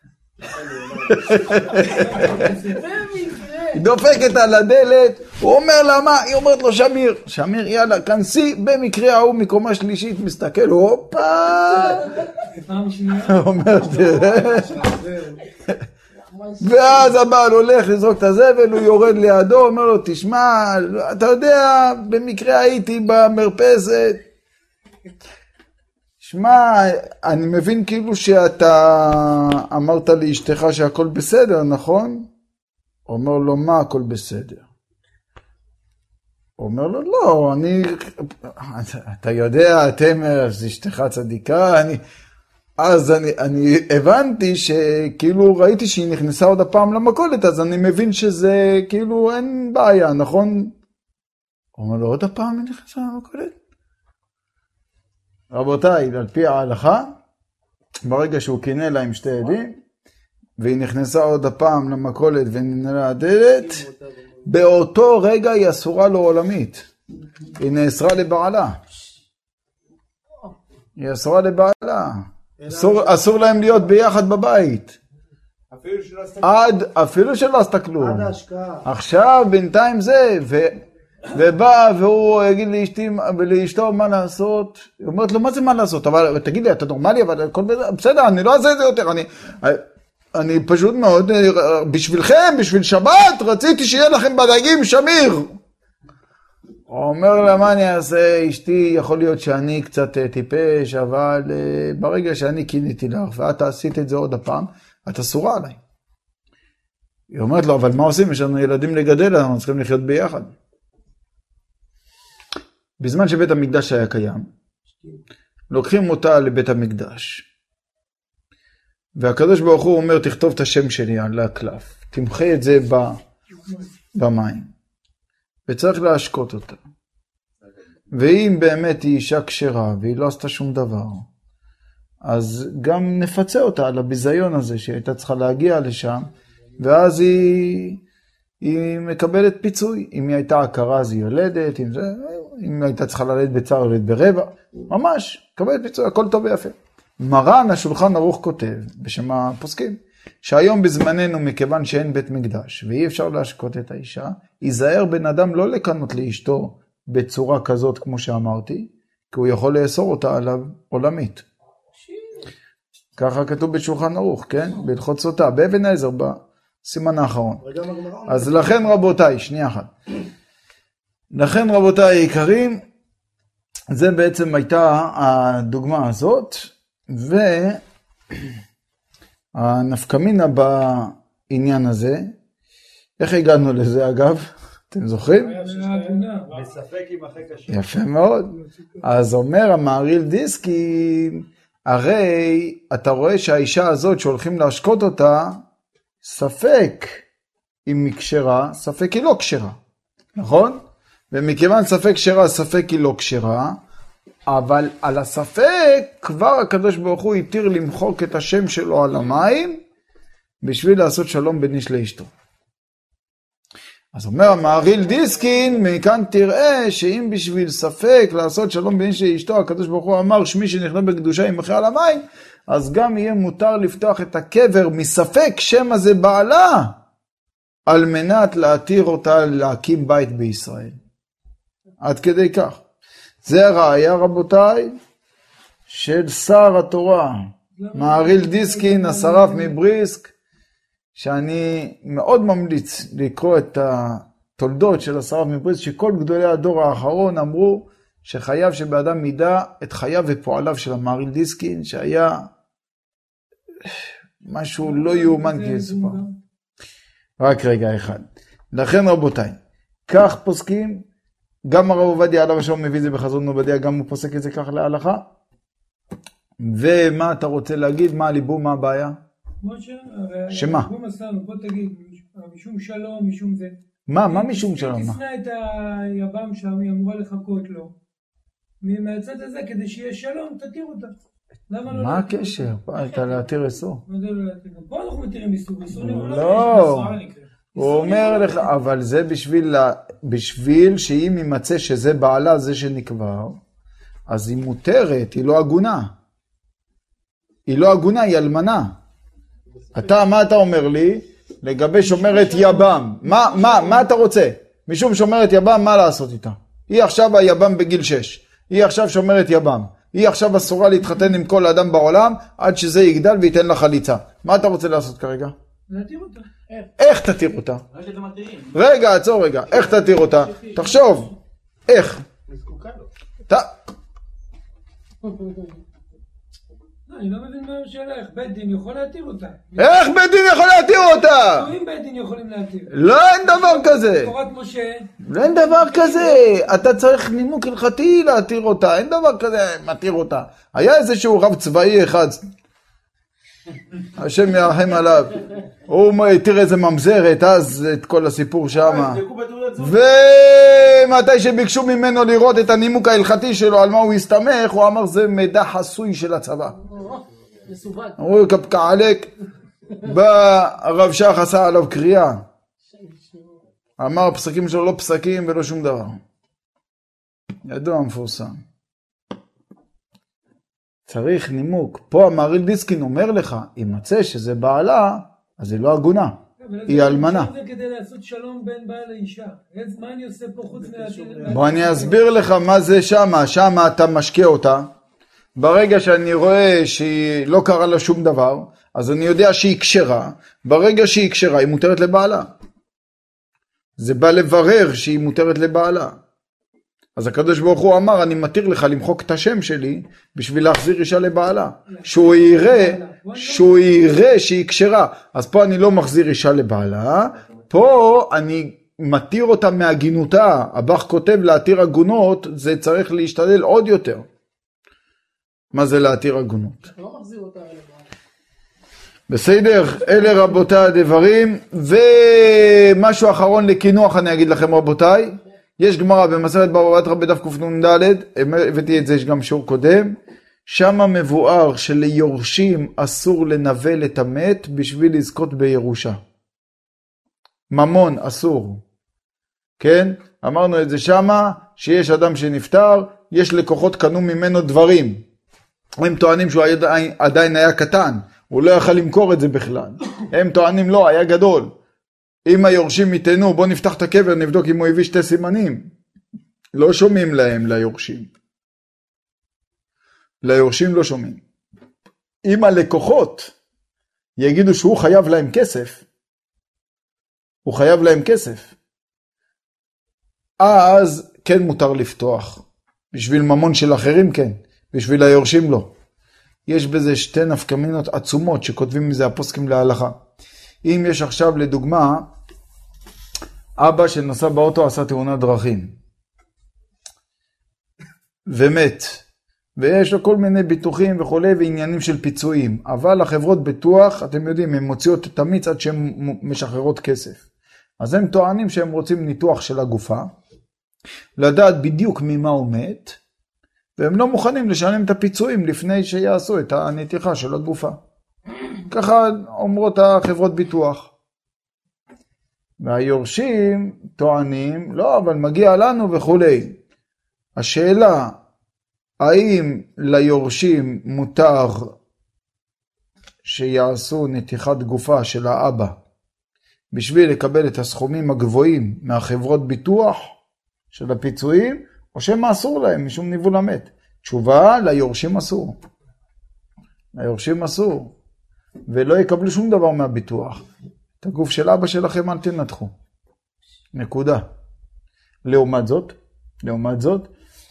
דופקת על הדלת, הוא אומר לה מה? היא אומרת לו שמיר, שמיר יאללה, כנסי, במקרה ההוא מקומה שלישית מסתכל, הופה, אומר תראה, ואז הבעל הולך לזרוק את הזבל, הוא יורד לידו, אומר לו תשמע, אתה יודע, במקרה הייתי במרפסת, שמע, אני מבין כאילו שאתה אמרת לאשתך שהכל בסדר, נכון? הוא אומר לו, מה הכל בסדר? הוא אומר לו, לא, אתה יודע, תמר, זה אשתך צדיקה, אז אני הבנתי שכאילו ראיתי שהיא נכנסה עוד הפעם למכולת, אז אני מבין שזה כאילו אין בעיה, נכון? הוא אומר לו, עוד הפעם היא נכנסה למכולת? רבותיי, על פי ההלכה, ברגע שהוא קינא לה עם שתי עדים, והיא נכנסה עוד הפעם למכולת וננעלה הדלת, באותו רגע היא אסורה לו עולמית. היא נאסרה לבעלה. היא אסורה לבעלה. אסור להם להיות ביחד בבית. אפילו שלא עשתה כלום. עכשיו בינתיים זה, ובא והוא יגיד לאשתו מה לעשות, היא אומרת לו מה זה מה לעשות, אבל תגיד לי אתה נורמלי, אבל הכל בסדר, אני לא אעשה את זה יותר, אני פשוט מאוד, בשבילכם, בשביל שבת, רציתי שיהיה לכם בדגים שמיר. הוא אומר לה, מה אני אעשה, אשתי, יכול להיות שאני קצת טיפש, אבל ברגע שאני קיניתי לך, ואת עשית את זה עוד הפעם, את אסורה עליי. היא אומרת לו, אבל מה עושים? יש לנו ילדים לגדל, אנחנו צריכים לחיות ביחד. בזמן שבית המקדש היה קיים, לוקחים אותה לבית המקדש. והקדוש ברוך הוא אומר, תכתוב את השם שלי על הקלף. תמחה את זה במים. וצריך להשקות אותה. ואם באמת היא אישה כשרה, והיא לא עשתה שום דבר, אז גם נפצה אותה על הביזיון הזה, שהיא הייתה צריכה להגיע לשם, ואז היא מקבלת פיצוי. אם היא הייתה עקרה, אז היא יולדת, אם היא הייתה צריכה ללדת בצער, יולדת ברבע, ממש, מקבלת פיצוי, הכל טוב ויפה. מרן השולחן ערוך כותב, בשם הפוסקים, שהיום בזמננו, מכיוון שאין בית מקדש, ואי אפשר להשקות את האישה, ייזהר בן אדם לא לקנות לאשתו בצורה כזאת, כמו שאמרתי, כי הוא יכול לאסור אותה עליו עולמית. ככה כתוב בשולחן ערוך, כן? בהלכות סוטה, באבן עזר, בסימן האחרון. אז לכן רבותיי, שנייה אחת. לכן רבותיי היקרים, זה בעצם הייתה הדוגמה הזאת, והנפקמינה בעניין הזה, איך הגענו לזה אגב? אתם זוכרים? בספק עם אחרי קשה. יפה מאוד. אז אומר המהרי"ל דיסקין, הרי אתה רואה שהאישה הזאת שהולכים להשקות אותה, ספק אם היא כשרה, ספק היא לא כשרה. נכון? ומכיוון ספק כשרה, ספק היא לא כשרה, אבל על הספק כבר הקדוש ברוך הוא התיר למחוק את השם שלו על המים, בשביל לעשות שלום בין איש לאשתו. אז אומר המהרי"ל דיסקין, מכאן תראה שאם בשביל ספק לעשות שלום בין איש לאשתו, הקדוש ברוך הוא אמר שמי שנכנס בקדושה ימחה על המים, אז גם יהיה מותר לפתוח את הקבר מספק שם הזה בעלה, על מנת להתיר אותה להקים בית בישראל. עד כדי כך. זה הראיה רבותיי של שר התורה, מהרי"ל דיסקין, השרף מבריסק, שאני מאוד ממליץ לקרוא את התולדות של השרף מבריסק, שכל גדולי הדור האחרון אמרו שחייב שבאדם מידע את חייו ופועליו של המהרי"ל דיסקין, שהיה משהו לא יאומן כיסופר. רק רגע אחד. לכן רבותיי, כך פוסקים, גם הרב עובדיה עליו השלום מביא את זה בחזון עובדיה, גם הוא פוסק את זה כך להלכה. ומה אתה רוצה להגיד? מה הליבום, מה הבעיה? שמה? הליבום עשינו, בוא תגיד, משום שלום, משום זה. מה משום שלום? תשנא את היבם שם, היא אמורה לחכות לו. מהצד הזה, כדי שיהיה שלום, תתיר אותה. מה הקשר? אתה להתיר איסור? פה אנחנו מתירים איסור, איסור לא. הוא אומר לך, אבל זה בשביל שאם יימצא שזה בעלה, זה שנקבר, אז היא מותרת, היא לא הגונה. היא לא הגונה, היא אלמנה. מה אתה אומר לי? לגבי שומרת יבם. מה אתה רוצה? משום שומרת יבם, מה לעשות איתה? היא עכשיו היבם בגיל 6. היא עכשיו שומרת יבם. היא עכשיו אסורה להתחתן עם כל אדם בעולם, עד שזה יגדל וייתן לה חליצה. מה אתה רוצה לעשות כרגע? להתיר אותה. איך תתיר אותה? רגע, עצור רגע. איך תתיר אותה? תחשוב. איך? אני לא מבין מה השאלה, איך בית דין יכול להתיר אותה? איך בית דין יכול להתיר אותה? אם בית דין יכולים להתיר. לא, אין דבר כזה. תורת משה. לא, אין דבר כזה. אתה צריך נימוק הלכתי להתיר אותה. אין דבר כזה, מתיר אותה. היה איזשהו רב צבאי אחד, השם ירחם עליו, הוא התיר איזה ממזרת, אז את כל הסיפור שם. ומתי שביקשו ממנו לראות את הנימוק ההלכתי שלו, על מה הוא הסתמך, הוא אמר זה מידע חסוי של הצבא. אמרו כפקעלק, בא הרב שח עשה עליו קריאה. אמר הפסקים שלו לא פסקים ולא שום דבר. ידוע מפורסם. צריך נימוק. פה המהרי"ל דיסקין אומר לך, אם מצא שזה בעלה, אז היא לא הגונה. היא אלמנה. זה כדי לעשות שלום בין בעל לאישה. מה אני עושה פה חוץ בוא אני אסביר לך מה זה שמה. שמה אתה משקה אותה. ברגע שאני רואה שהיא לא קרה לה שום דבר, אז אני יודע שהיא קשרה. ברגע שהיא קשרה, היא מותרת לבעלה. זה בא לברר שהיא מותרת לבעלה. אז הקדוש ברוך הוא אמר, אני מתיר לך למחוק את השם שלי, בשביל להחזיר אישה לבעלה. שהוא יראה שהיא קשרה. אז פה אני לא מחזיר אישה לבעלה, פה אני מתיר אותה מהגינותה. הבח כותב להתיר הגונות, זה צריך להשתדל עוד יותר. מה זה להתיר הגונות? לא מחזיר אותה לבעלה. בסדר, אלה רבותיי הדברים, ומשהו אחרון לקינוח אני אגיד לכם רבותיי. יש גמרא במסכת בבא בתרא בדף קנ"ד, הבאתי את זה, יש גם שיעור קודם, שם מבואר שליורשים אסור לנבל את המת בשביל לזכות בירושה. ממון אסור. כן? אמרנו את זה שמה, שיש אדם שנפטר, יש לקוחות קנו ממנו דברים. הם טוענים שהוא עדיין היה קטן, הוא לא יכל למכור את זה בכלל. הם טוענים לא, היה גדול. אם היורשים יתנו, בוא נפתח את הקבר, נבדוק אם הוא הביא 2 סימנים. לא שומעים להם, ליורשים. ליורשים לא שומעים. אם הלקוחות יגידו שהוא חייב להם כסף, הוא חייב להם כסף, אז כן מותר לפתוח. בשביל ממון של אחרים כן, בשביל היורשים לא. יש בזה 2 נפקמינות עצומות שכותבים מזה הפוסקים להלכה. אם יש עכשיו לדוגמה, אבא שנסע באוטו עשה תאונת דרכים, ומת, ויש לו כל מיני ביטוחים וכולי ועניינים של פיצויים, אבל החברות ביטוח, אתם יודעים, הן מוציאות את המיץ עד שהן משחררות כסף. אז הם טוענים שהם רוצים ניתוח של הגופה, לדעת בדיוק ממה הוא מת, והם לא מוכנים לשלם את הפיצויים לפני שיעשו את הנתיחה של הגופה. ככה אומרות החברות ביטוח. והיורשים טוענים, לא, אבל מגיע לנו וכולי. השאלה, האם ליורשים מותר שיעשו נתיחת גופה של האבא בשביל לקבל את הסכומים הגבוהים מהחברות ביטוח של הפיצויים, או שמה אסור להם משום ניבול המת? תשובה, ליורשים אסור. ליורשים אסור. ולא יקבלו שום דבר מהביטוח. את הגוף של אבא שלכם אל תנתחו. נקודה. לעומת זאת,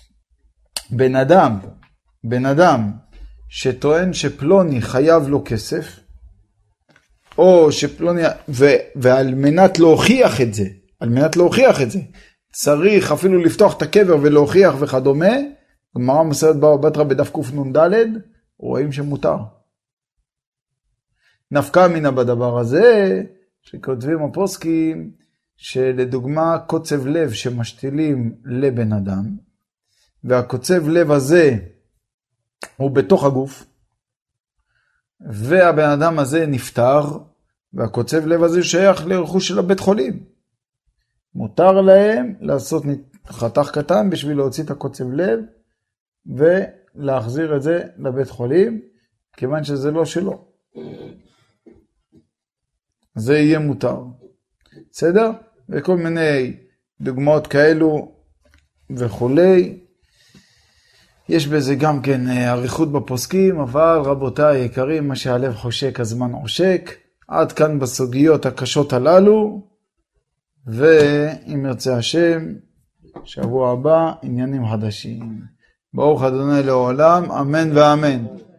בן אדם שטוען שפלוני חייב לו כסף, או שפלוני, ועל מנת להוכיח את זה, צריך אפילו לפתוח את הקבר ולהוכיח וכדומה, גמרא מסכת בבא בתרא בדף קנ"ד, רואים שמותר. נפקא מינה בדבר הזה, שכותבים הפוסקים, שלדוגמה קוצב לב שמשתילים לבן אדם, והקוצב לב הזה הוא בתוך הגוף, והבן אדם הזה נפטר, והקוצב לב הזה שייך לרכוש של הבית חולים. מותר להם לעשות חתך קטן בשביל להוציא את הקוצב לב, ולהחזיר את זה לבית חולים, כיוון שזה לא שלו. זה יהיה מותר. בסדר? וכל מיני דוגמאות כאלו וכולי. יש בזה גם כן עריכות בפוסקים, אבל רבותיי יקרים, מה שהלב חושק הזמן עושק. עד כאן בסוגיות הקשות הללו, ואם ירצה השם, שבוע הבא עניינים חדשים. ברוך ה' לעולם, אמן ואמן.